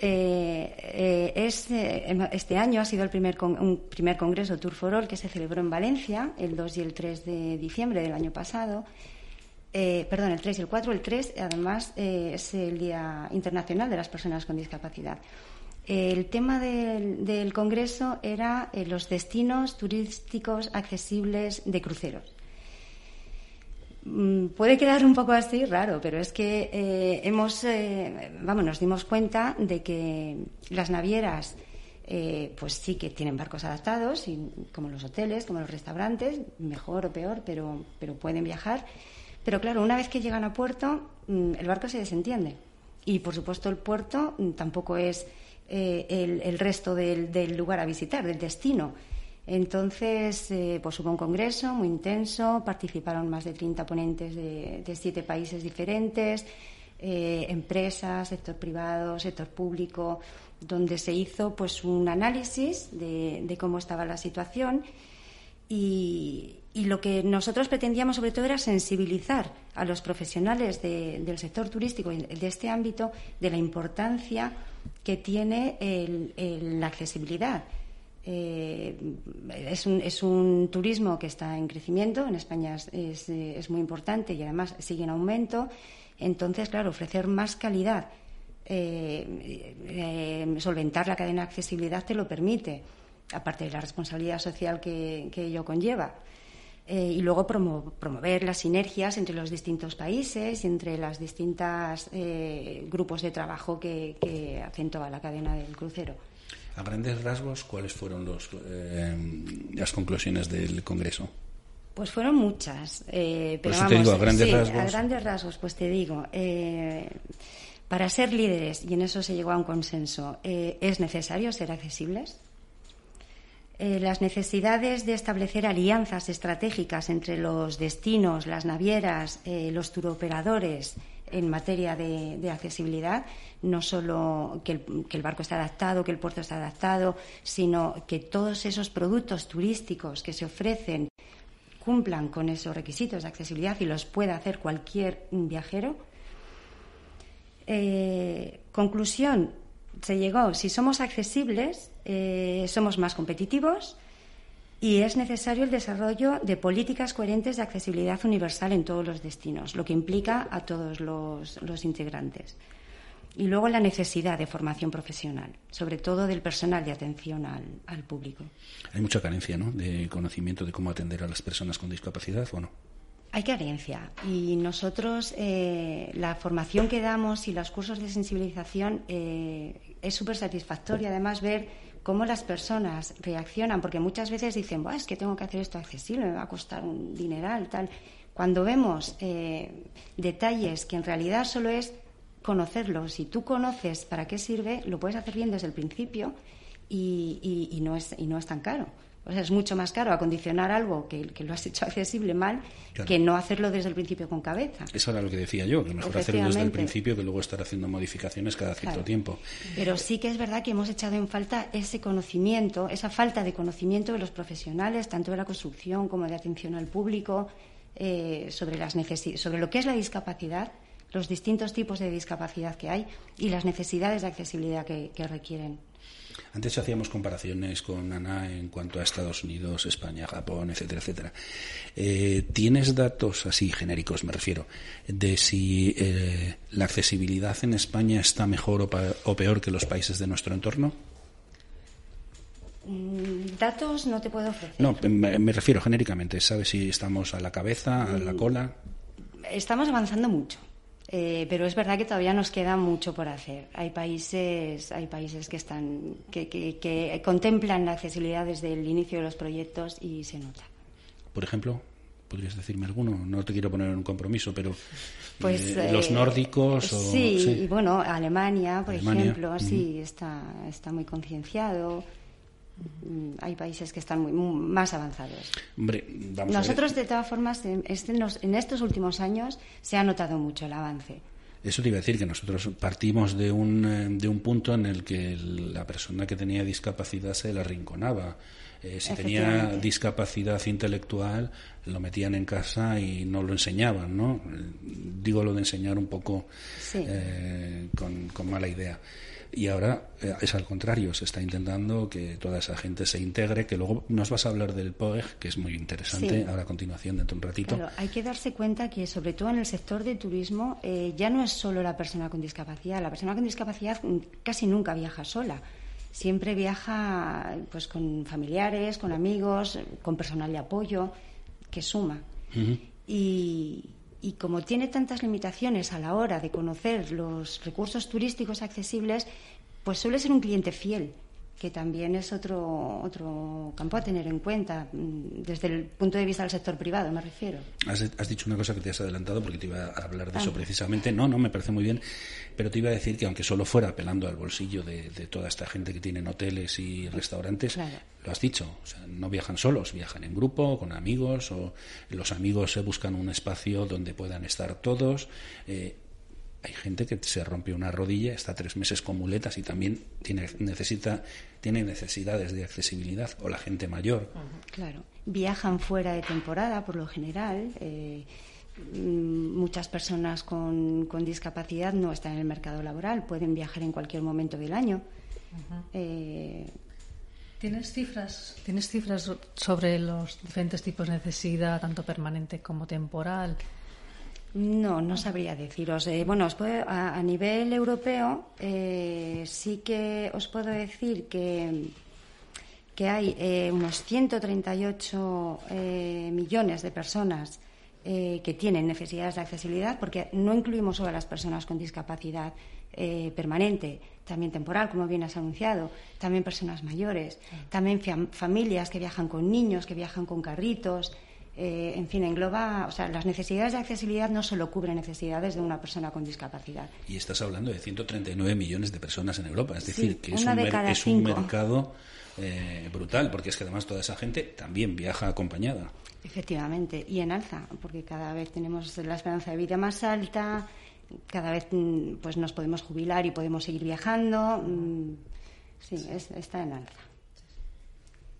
este año ha sido un primer congreso Tour for All que se celebró en Valencia el 2 y el 3 de diciembre del año pasado. El 3 y el 4, el 3 además es el Día Internacional de las Personas con Discapacidad. El tema del congreso era los destinos turísticos accesibles de cruceros. Puede quedar un poco así raro, pero es que nos dimos cuenta de que las navieras pues sí que tienen barcos adaptados, como los hoteles, como los restaurantes, mejor o peor, pero pueden viajar. Pero claro, una vez que llegan a puerto, el barco se desentiende. Y por supuesto el puerto tampoco es el resto del lugar a visitar, del destino. Entonces, pues hubo un congreso muy intenso, participaron más de 30 ponentes de 7 países diferentes, empresas, sector privado, sector público, donde se hizo pues un análisis de cómo estaba la situación y lo que nosotros pretendíamos sobre todo era sensibilizar a los profesionales del sector turístico y de este ámbito de la importancia que tiene la accesibilidad. Es un turismo que está en crecimiento, en España es muy importante y además sigue en aumento. Entonces, claro, ofrecer más calidad, solventar la cadena de accesibilidad te lo permite, aparte de la responsabilidad social que ello conlleva. Y luego promover las sinergias entre los distintos países y entre las distintas grupos de trabajo que hacen toda la cadena del crucero. A grandes rasgos, ¿cuáles fueron las conclusiones del Congreso? Pues fueron muchas. Pero pues te digo, a grandes rasgos. A grandes rasgos, pues te digo, para ser líderes, y en eso se llegó a un consenso, es necesario ser accesibles. Las necesidades de establecer alianzas estratégicas entre los destinos, las navieras, los turoperadores en materia de accesibilidad, no solo que el barco está adaptado, que el puerto está adaptado, sino que todos esos productos turísticos que se ofrecen cumplan con esos requisitos de accesibilidad y los pueda hacer cualquier viajero. Conclusión, se llegó, si somos accesibles, somos más competitivos y es necesario el desarrollo de políticas coherentes de accesibilidad universal en todos los destinos, lo que implica a todos los integrantes. Y luego la necesidad de formación profesional, sobre todo del personal de atención al público. Hay mucha carencia, ¿no?, de conocimiento de cómo atender a las personas con discapacidad, ¿o no? Hay carencia y nosotros la formación que damos y los cursos de sensibilización es súper satisfactorio además ver cómo las personas reaccionan, porque muchas veces dicen, es que tengo que hacer esto accesible, me va a costar un dineral, tal. Cuando vemos detalles que en realidad solo es conocerlos, si tú conoces para qué sirve, lo puedes hacer bien desde el principio y no es tan caro. O sea, es mucho más caro acondicionar algo que lo has hecho accesible mal, claro, que no hacerlo desde el principio con cabeza. Eso era lo que decía yo, que mejor hacerlo desde el principio que luego estar haciendo modificaciones cada cierto tiempo. Pero sí que es verdad que hemos echado en falta ese conocimiento, esa falta de conocimiento de los profesionales, tanto de la construcción como de atención al público, sobre lo que es la discapacidad, los distintos tipos de discapacidad que hay y las necesidades de accesibilidad que requieren. Antes hacíamos comparaciones con Ana en cuanto a Estados Unidos, España, Japón, etcétera, etcétera. ¿Tienes datos así genéricos, me refiero, de si la accesibilidad en España está mejor o peor que los países de nuestro entorno? Datos no te puedo ofrecer. No, me refiero genéricamente. ¿Sabes si estamos a la cabeza, a la cola? Estamos avanzando mucho. Pero es verdad que todavía nos queda mucho por hacer. Hay países que contemplan la accesibilidad desde el inicio de los proyectos y se nota. Por ejemplo, ¿podrías decirme alguno? No te quiero poner en un compromiso, pero pues los nórdicos. Sí, y bueno, Alemania, por ejemplo, sí, está muy concienciado. Hay países que están más avanzados. Hombre, nosotros, de todas formas, en estos últimos años se ha notado mucho el avance. Eso te iba a decir, que nosotros partimos de un punto en el que la persona que tenía discapacidad se la arrinconaba. Si tenía discapacidad intelectual, lo metían en casa y no lo enseñaban, ¿no? Digo lo de enseñar un poco con mala idea. Y ahora es al contrario, se está intentando que toda esa gente se integre, que luego nos vas a hablar del POEG, que es muy interesante, ahora a continuación, dentro de un ratito. Claro, hay que darse cuenta que, sobre todo en el sector de turismo, ya no es solo la persona con discapacidad. La persona con discapacidad casi nunca viaja sola. Siempre viaja pues con familiares, con amigos, con personal de apoyo, que suma. Uh-huh. Y como tiene tantas limitaciones a la hora de conocer los recursos turísticos accesibles, pues suele ser un cliente fiel, que también es otro campo a tener en cuenta, desde el punto de vista del sector privado, me refiero. Has dicho una cosa que te has adelantado, porque te iba a hablar de eso precisamente. No, me parece muy bien, pero te iba a decir que aunque solo fuera apelando al bolsillo de toda esta gente que tiene hoteles y restaurantes, claro, lo has dicho, o sea, no viajan solos, viajan en grupo, con amigos, o los amigos se buscan un espacio donde puedan estar todos. Hay gente que se rompe una rodilla, está 3 meses con muletas y también tiene necesidades de accesibilidad, o la gente mayor. Claro, viajan fuera de temporada por lo general. Muchas personas con discapacidad no están en el mercado laboral, pueden viajar en cualquier momento del año. ¿Tienes cifras sobre los diferentes tipos de necesidad, tanto permanente como temporal? No sabría deciros. Bueno, a nivel europeo sí que os puedo decir que hay unos 138 millones de personas que tienen necesidades de accesibilidad, porque no incluimos solo a las personas con discapacidad permanente, también temporal, como bien has anunciado, también personas mayores, también familias que viajan con niños, que viajan con carritos. En fin, engloba, o sea, las necesidades de accesibilidad no solo cubren necesidades de una persona con discapacidad. Y estás hablando de 139 millones de personas en Europa, es decir, que es un mercado brutal, porque es que además toda esa gente también viaja acompañada. Efectivamente, y en alza, porque cada vez tenemos la esperanza de vida más alta, cada vez pues nos podemos jubilar y podemos seguir viajando. Sí, está en alza.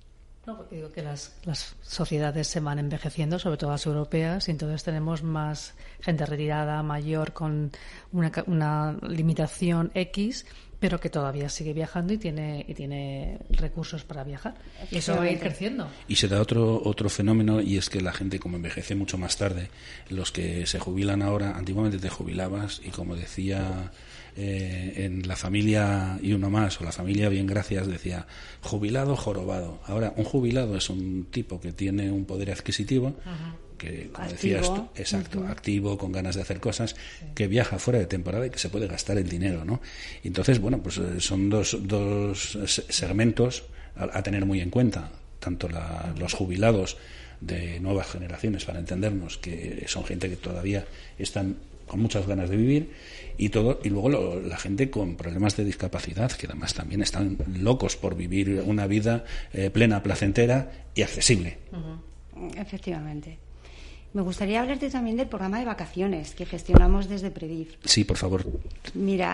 No, digo que las sociedades se van envejeciendo, sobre todo las europeas, y entonces tenemos más gente retirada, mayor, con una limitación X, pero que todavía sigue viajando y tiene recursos para viajar. Y eso va a ir creciendo. Y se da otro fenómeno, y es que la gente, como envejece mucho más tarde, los que se jubilan ahora, antiguamente te jubilabas y, como decía en la familia y uno más, o la familia bien gracias, decía jubilado, jorobado. Ahora, un jubilado es un tipo que tiene un poder adquisitivo, que, como decías tú, exacto, activo, con ganas de hacer cosas, que viaja fuera de temporada y que se puede gastar el dinero, ¿no? Y entonces, bueno, pues son dos segmentos a tener muy en cuenta, tanto los jubilados de nuevas generaciones, para entendernos, que son gente que todavía están con muchas ganas de vivir, y luego la gente con problemas de discapacidad, que además también están locos por vivir una vida plena, placentera y accesible. Efectivamente. Me gustaría hablarte también del programa de vacaciones que gestionamos desde Prediv. Sí, por favor. Mira,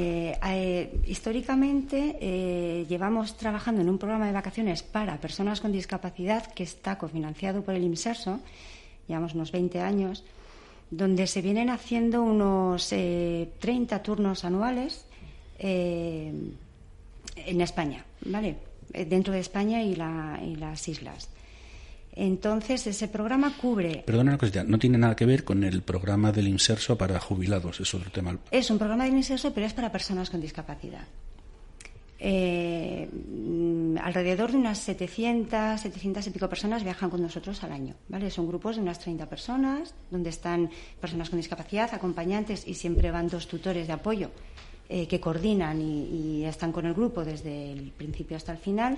históricamente llevamos trabajando en un programa de vacaciones para personas con discapacidad que está cofinanciado por el IMSERSO, llevamos unos 20 años, donde se vienen haciendo unos 30 turnos anuales en España, ¿vale? Dentro de España y las islas. Entonces, ese programa cubre... Perdona una cosita, no tiene nada que ver con el programa del IMSERSO para jubilados, es otro tema. Es un programa del IMSERSO, pero es para personas con discapacidad. Alrededor de unas 700 y pico personas viajan con nosotros al año, ¿vale? Son grupos de unas 30 personas, donde están personas con discapacidad, acompañantes, y siempre van 2 tutores de apoyo que coordinan y están con el grupo desde el principio hasta el final.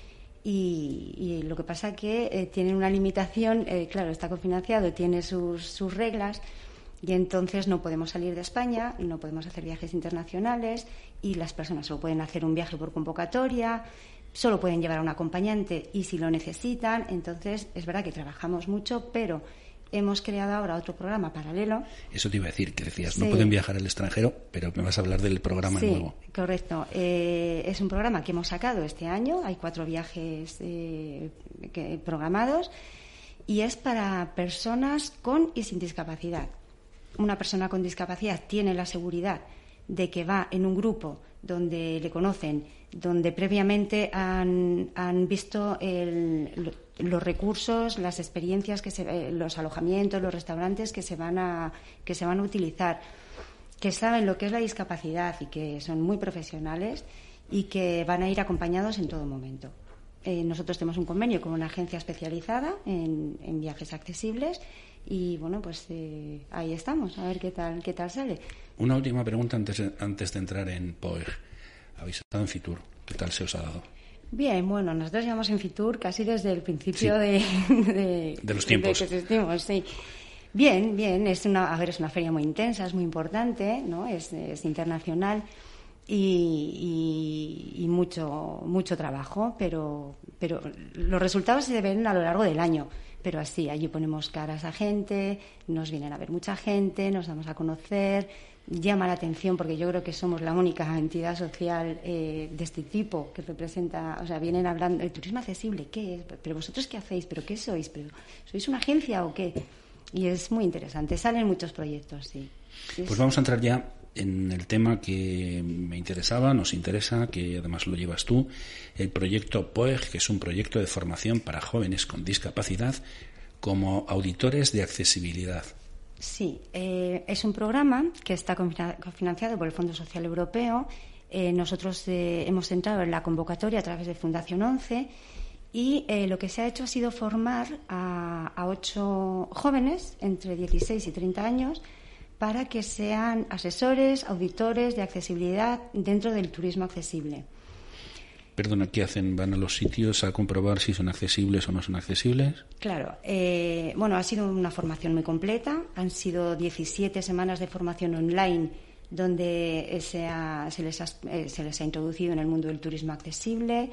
Y lo que pasa que tienen una limitación, claro, está cofinanciado, tiene sus reglas, y entonces no podemos salir de España, no podemos hacer viajes internacionales, y las personas solo pueden hacer un viaje por convocatoria, solo pueden llevar a un acompañante y si lo necesitan. Entonces es verdad que trabajamos mucho, pero hemos creado ahora otro programa paralelo. Eso te iba a decir, que decías, no pueden viajar al extranjero, pero me vas a hablar del programa nuevo. Sí, correcto. Es un programa que hemos sacado este año, hay 4 viajes programados, y es para personas con y sin discapacidad. Una persona con discapacidad tiene la seguridad de que va en un grupo donde le conocen, donde previamente han visto los recursos, las experiencias, los alojamientos, los restaurantes que se van a utilizar, que saben lo que es la discapacidad y que son muy profesionales y que van a ir acompañados en todo momento. Nosotros tenemos un convenio con una agencia especializada en viajes accesibles. Y bueno, pues ahí estamos, a ver qué tal sale. Una última pregunta antes de entrar en POEG. Habéis estado en Fitur, ¿qué tal se os ha dado? Bien, bueno, nosotros llevamos en Fitur casi desde el principio de los tiempos. De que existimos, sí. Bien, es una feria muy intensa, es muy importante, ¿no? Es internacional y mucho trabajo, pero los resultados se ven a lo largo del año. Pero así, allí ponemos caras a gente, nos vienen a ver mucha gente, nos damos a conocer, llama la atención porque yo creo que somos la única entidad social de este tipo que representa, o sea, vienen hablando, el turismo accesible, ¿qué es? ¿Pero vosotros qué hacéis? ¿Pero qué sois? ¿Pero sois una agencia o qué? Y es muy interesante, salen muchos proyectos, sí. Pues vamos a entrar ya en el tema que me interesaba, nos interesa, que además lo llevas tú, el proyecto POEG, que es un proyecto de formación para jóvenes con discapacidad como auditores de accesibilidad. Sí, es un programa que está cofinanciado por el Fondo Social Europeo. Nosotros hemos entrado en la convocatoria a través de Fundación 11 y lo que se ha hecho ha sido formar a 8 jóvenes entre 16 y 30 años para que sean asesores, auditores de accesibilidad dentro del turismo accesible. Perdona, ¿qué hacen? ¿Van a los sitios a comprobar si son accesibles o no son accesibles? Claro. Bueno, ha sido una formación muy completa. Han sido 17 semanas de formación online donde se les ha introducido en el mundo del turismo accesible,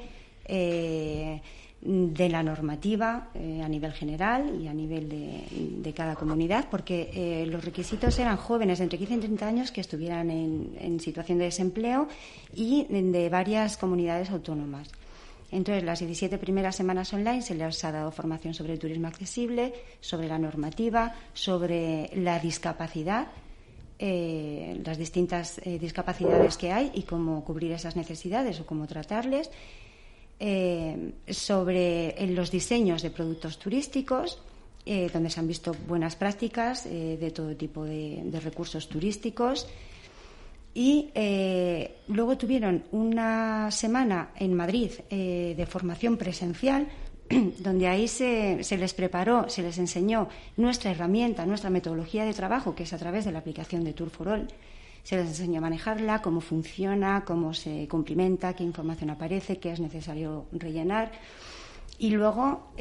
de la normativa a nivel general y a nivel de cada comunidad, porque los requisitos eran jóvenes de entre 15 y 30 años que estuvieran en situación de desempleo y de varias comunidades autónomas. Entonces, las 17 primeras semanas online se les ha dado formación sobre el turismo accesible, sobre la normativa, sobre la discapacidad, las distintas discapacidades que hay y cómo cubrir esas necesidades o cómo tratarles, sobre los diseños de productos turísticos, donde se han visto buenas prácticas de todo tipo de recursos turísticos. Y luego tuvieron una semana en Madrid de formación presencial, donde ahí se les preparó, se les enseñó nuestra herramienta, nuestra metodología de trabajo, que es a través de la aplicación de Tour for All. Se les enseñó a manejarla, cómo funciona, cómo se cumplimenta, qué información aparece, qué es necesario rellenar. Y luego,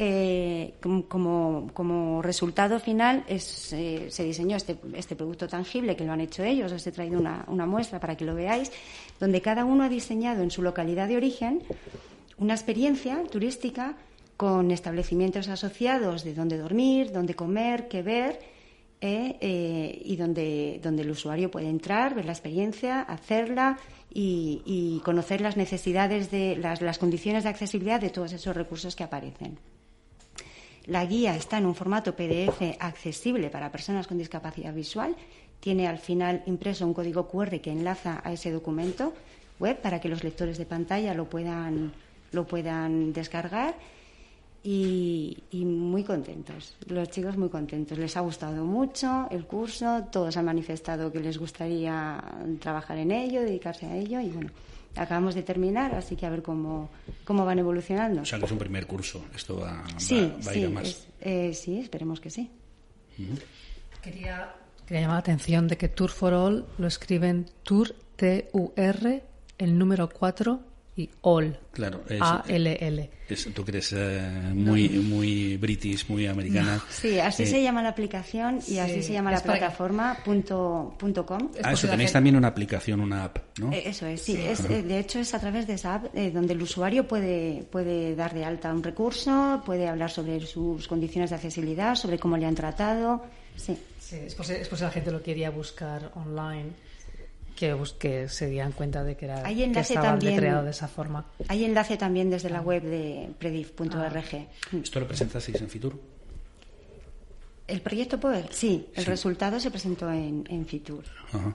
como resultado final, se diseñó este producto tangible, que lo han hecho ellos. Os he traído una muestra para que lo veáis, donde cada uno ha diseñado en su localidad de origen una experiencia turística con establecimientos asociados de dónde dormir, dónde comer, qué ver, y donde el usuario puede entrar, ver la experiencia, hacerla y conocer las necesidades de las condiciones de accesibilidad de todos esos recursos que aparecen. La guía está en un formato PDF accesible para personas con discapacidad visual. Tiene al final impreso un código QR que enlaza a ese documento web para que los lectores de pantalla lo puedan descargar. Y muy contentos, los chicos muy contentos. Les ha gustado mucho el curso, todos han manifestado que les gustaría trabajar en ello, dedicarse a ello, y bueno, acabamos de terminar, así que a ver cómo van evolucionando. O sea, que es un primer curso, esto va a ir a más. Sí, esperemos que sí. Uh-huh. Quería llamar la atención de que Tour for All lo escriben Tour, T-U-R, el número 4 y All, claro, A-L-L. Tú que eres muy british, muy americana. Sí, así se llama la aplicación y así se llama la plataforma .com. Eso, tenéis también una aplicación, una app, ¿no? Eso es, sí. De hecho, es a través de esa app donde el usuario puede dar de alta un recurso, puede hablar sobre sus condiciones de accesibilidad, sobre cómo le han tratado. Sí, es posible la gente lo quería buscar online. Que se dieran cuenta de que estaba letreado de esa forma. Hay enlace también desde la web de prediff.org. ¿Esto lo presentasteis en Fitur? ¿El proyecto POE? Sí, el resultado se presentó en Fitur. Ajá.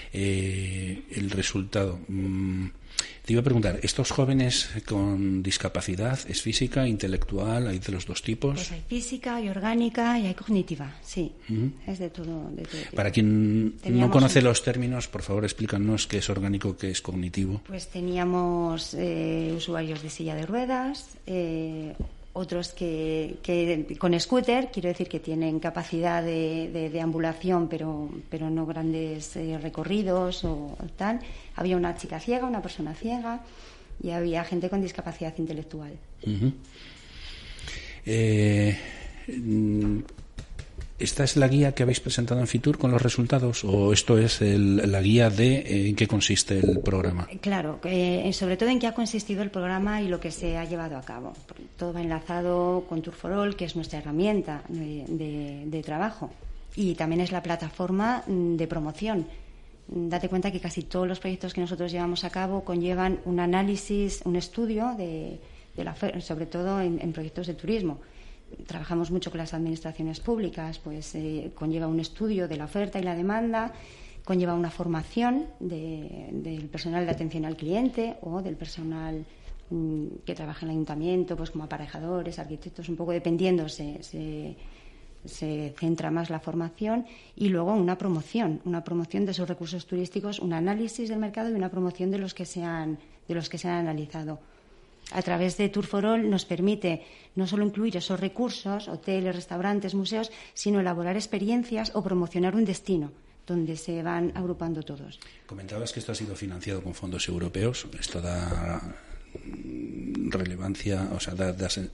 El resultado. Te iba a preguntar, ¿estos jóvenes con discapacidad es física, intelectual? ¿Hay de los dos tipos? Pues hay física, hay orgánica y hay cognitiva, sí. Uh-huh. Es de todo. Para quien no conoce los términos, por favor, explícanos qué es orgánico, qué es cognitivo. Pues teníamos usuarios de silla de ruedas, otros que con scooter, quiero decir que tienen capacidad de deambulación, pero no grandes recorridos o tal. Había una chica ciega, una persona ciega, y había gente con discapacidad intelectual. Uh-huh. ¿Esta es la guía que habéis presentado en Fitur con los resultados o esto es la guía de en qué consiste el programa? Claro, sobre todo en qué ha consistido el programa y lo que se ha llevado a cabo. Todo va enlazado con Tour for All, que es nuestra herramienta de trabajo, y también es la plataforma de promoción. Date cuenta que casi todos los proyectos que nosotros llevamos a cabo conllevan un análisis, un estudio sobre todo en proyectos de turismo. Trabajamos mucho con las administraciones públicas, pues conlleva un estudio de la oferta y la demanda, conlleva una formación del personal de atención al cliente o del personal que trabaja en el ayuntamiento, pues como aparejadores, arquitectos, un poco dependiendo, se centra más la formación, y luego una promoción de esos recursos turísticos, un análisis del mercado y una promoción de los que se han analizado. A través de Tour for All nos permite no solo incluir esos recursos, hoteles, restaurantes, museos, sino elaborar experiencias o promocionar un destino donde se van agrupando todos. Comentabas que esto ha sido financiado con fondos europeos. Esto da relevancia, o sea,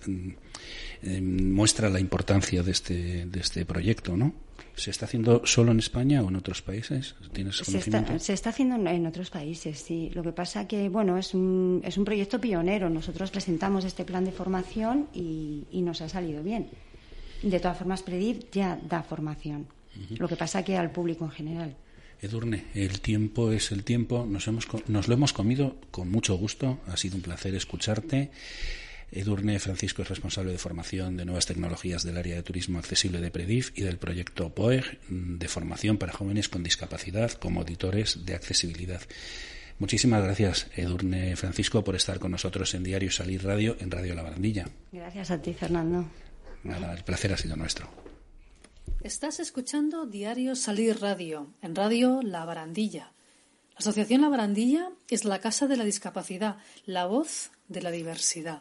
muestra la importancia de este proyecto, ¿no? ¿Se está haciendo solo en España o en otros países? ¿Tienes conocimiento? Se está haciendo en otros países, sí. Lo que pasa que, bueno, es un proyecto pionero. Nosotros presentamos este plan de formación y nos ha salido bien. De todas formas, Prediff ya da formación. Uh-huh. Lo que pasa que al público en general. Edurne, el tiempo es el tiempo, nos lo hemos comido con mucho gusto, ha sido un placer escucharte. Edurne Francisco es responsable de formación de nuevas tecnologías del área de turismo accesible de PREDIF y del proyecto POEG de formación para jóvenes con discapacidad como auditores de accesibilidad. Muchísimas gracias, Edurne Francisco, por estar con nosotros en Diario Salir Radio, en Radio La Barandilla. Gracias a ti, Fernando. Nada, el placer ha sido nuestro. Estás escuchando Diario Salir Radio, en Radio La Barandilla. La Asociación La Barandilla es la casa de la discapacidad, la voz de la diversidad.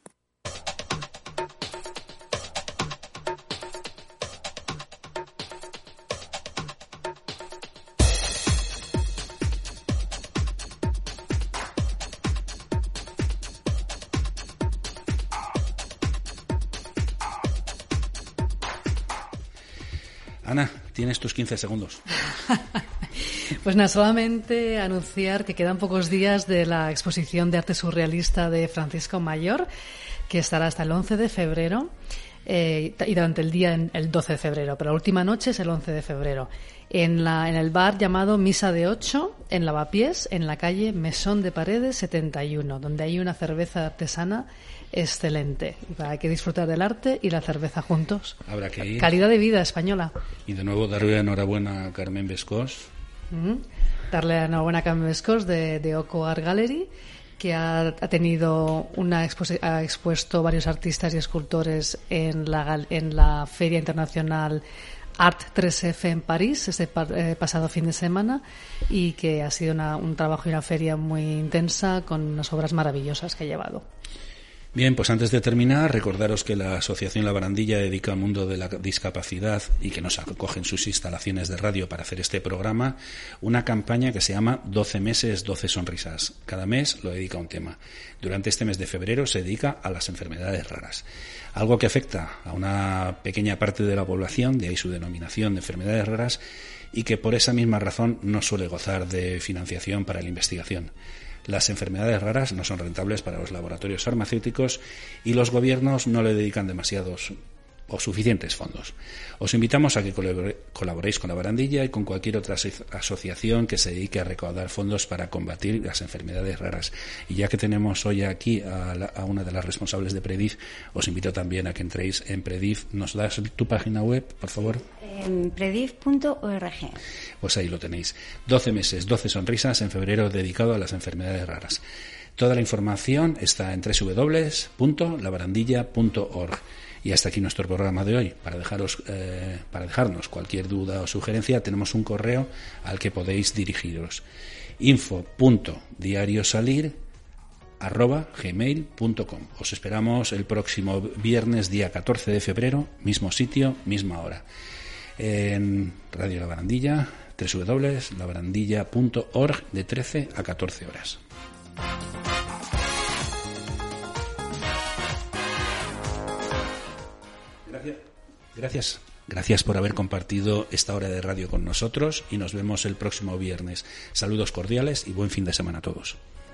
Ana, tienes tus 15 segundos. Pues nada, solamente anunciar que quedan pocos días de la exposición de arte surrealista de Francisco Mayor, que estará hasta el 11 de febrero y durante el día el 12 de febrero, pero la última noche es el 11 de febrero, en el bar llamado Misa de 8, en Lavapiés, en la calle Mesón de Paredes 71, donde hay una cerveza artesana excelente. Hay que disfrutar del arte y la cerveza juntos. Habrá que ir. Calidad de vida española. Y de nuevo darle enhorabuena a Carmen Bescós. Darle enhorabuena a Carmen Bescós de Oco Art Gallery, que ha tenido ha expuesto varios artistas y escultores en la Feria Internacional Art 3F en París este pasado fin de semana, y que ha sido un trabajo y una feria muy intensa con unas obras maravillosas que ha llevado. Bien, pues antes de terminar, recordaros que la Asociación La Barandilla dedica al mundo de la discapacidad y que nos acoge en sus instalaciones de radio para hacer este programa una campaña que se llama 12 meses, 12 sonrisas. Cada mes lo dedica a un tema. Durante este mes de febrero se dedica a las enfermedades raras, algo que afecta a una pequeña parte de la población, de ahí su denominación de enfermedades raras, y que por esa misma razón no suele gozar de financiación para la investigación. Las enfermedades raras no son rentables para los laboratorios farmacéuticos y los gobiernos no le dedican demasiados o suficientes fondos. Os invitamos a que colaboréis con La Barandilla y con cualquier otra asociación que se dedique a recaudar fondos para combatir las enfermedades raras. Y ya que tenemos hoy aquí a una de las responsables de PREDIF, os invito también a que entréis en PREDIF. ¿Nos das tu página web, por favor? En predif.org. Pues ahí lo tenéis. 12 meses, 12 sonrisas en febrero dedicado a las enfermedades raras. Toda la información está en www.labarandilla.org. Y hasta aquí nuestro programa de hoy. Para dejarnos cualquier duda o sugerencia, tenemos un correo al que podéis dirigiros: info.diariosalir@gmail.com. Os esperamos el próximo viernes, día 14 de febrero, mismo sitio, misma hora, en Radio La Barandilla, www.labarandilla.org, de 13 a 14 horas. Gracias por haber compartido esta hora de radio con nosotros y nos vemos el próximo viernes. Saludos cordiales y buen fin de semana a todos.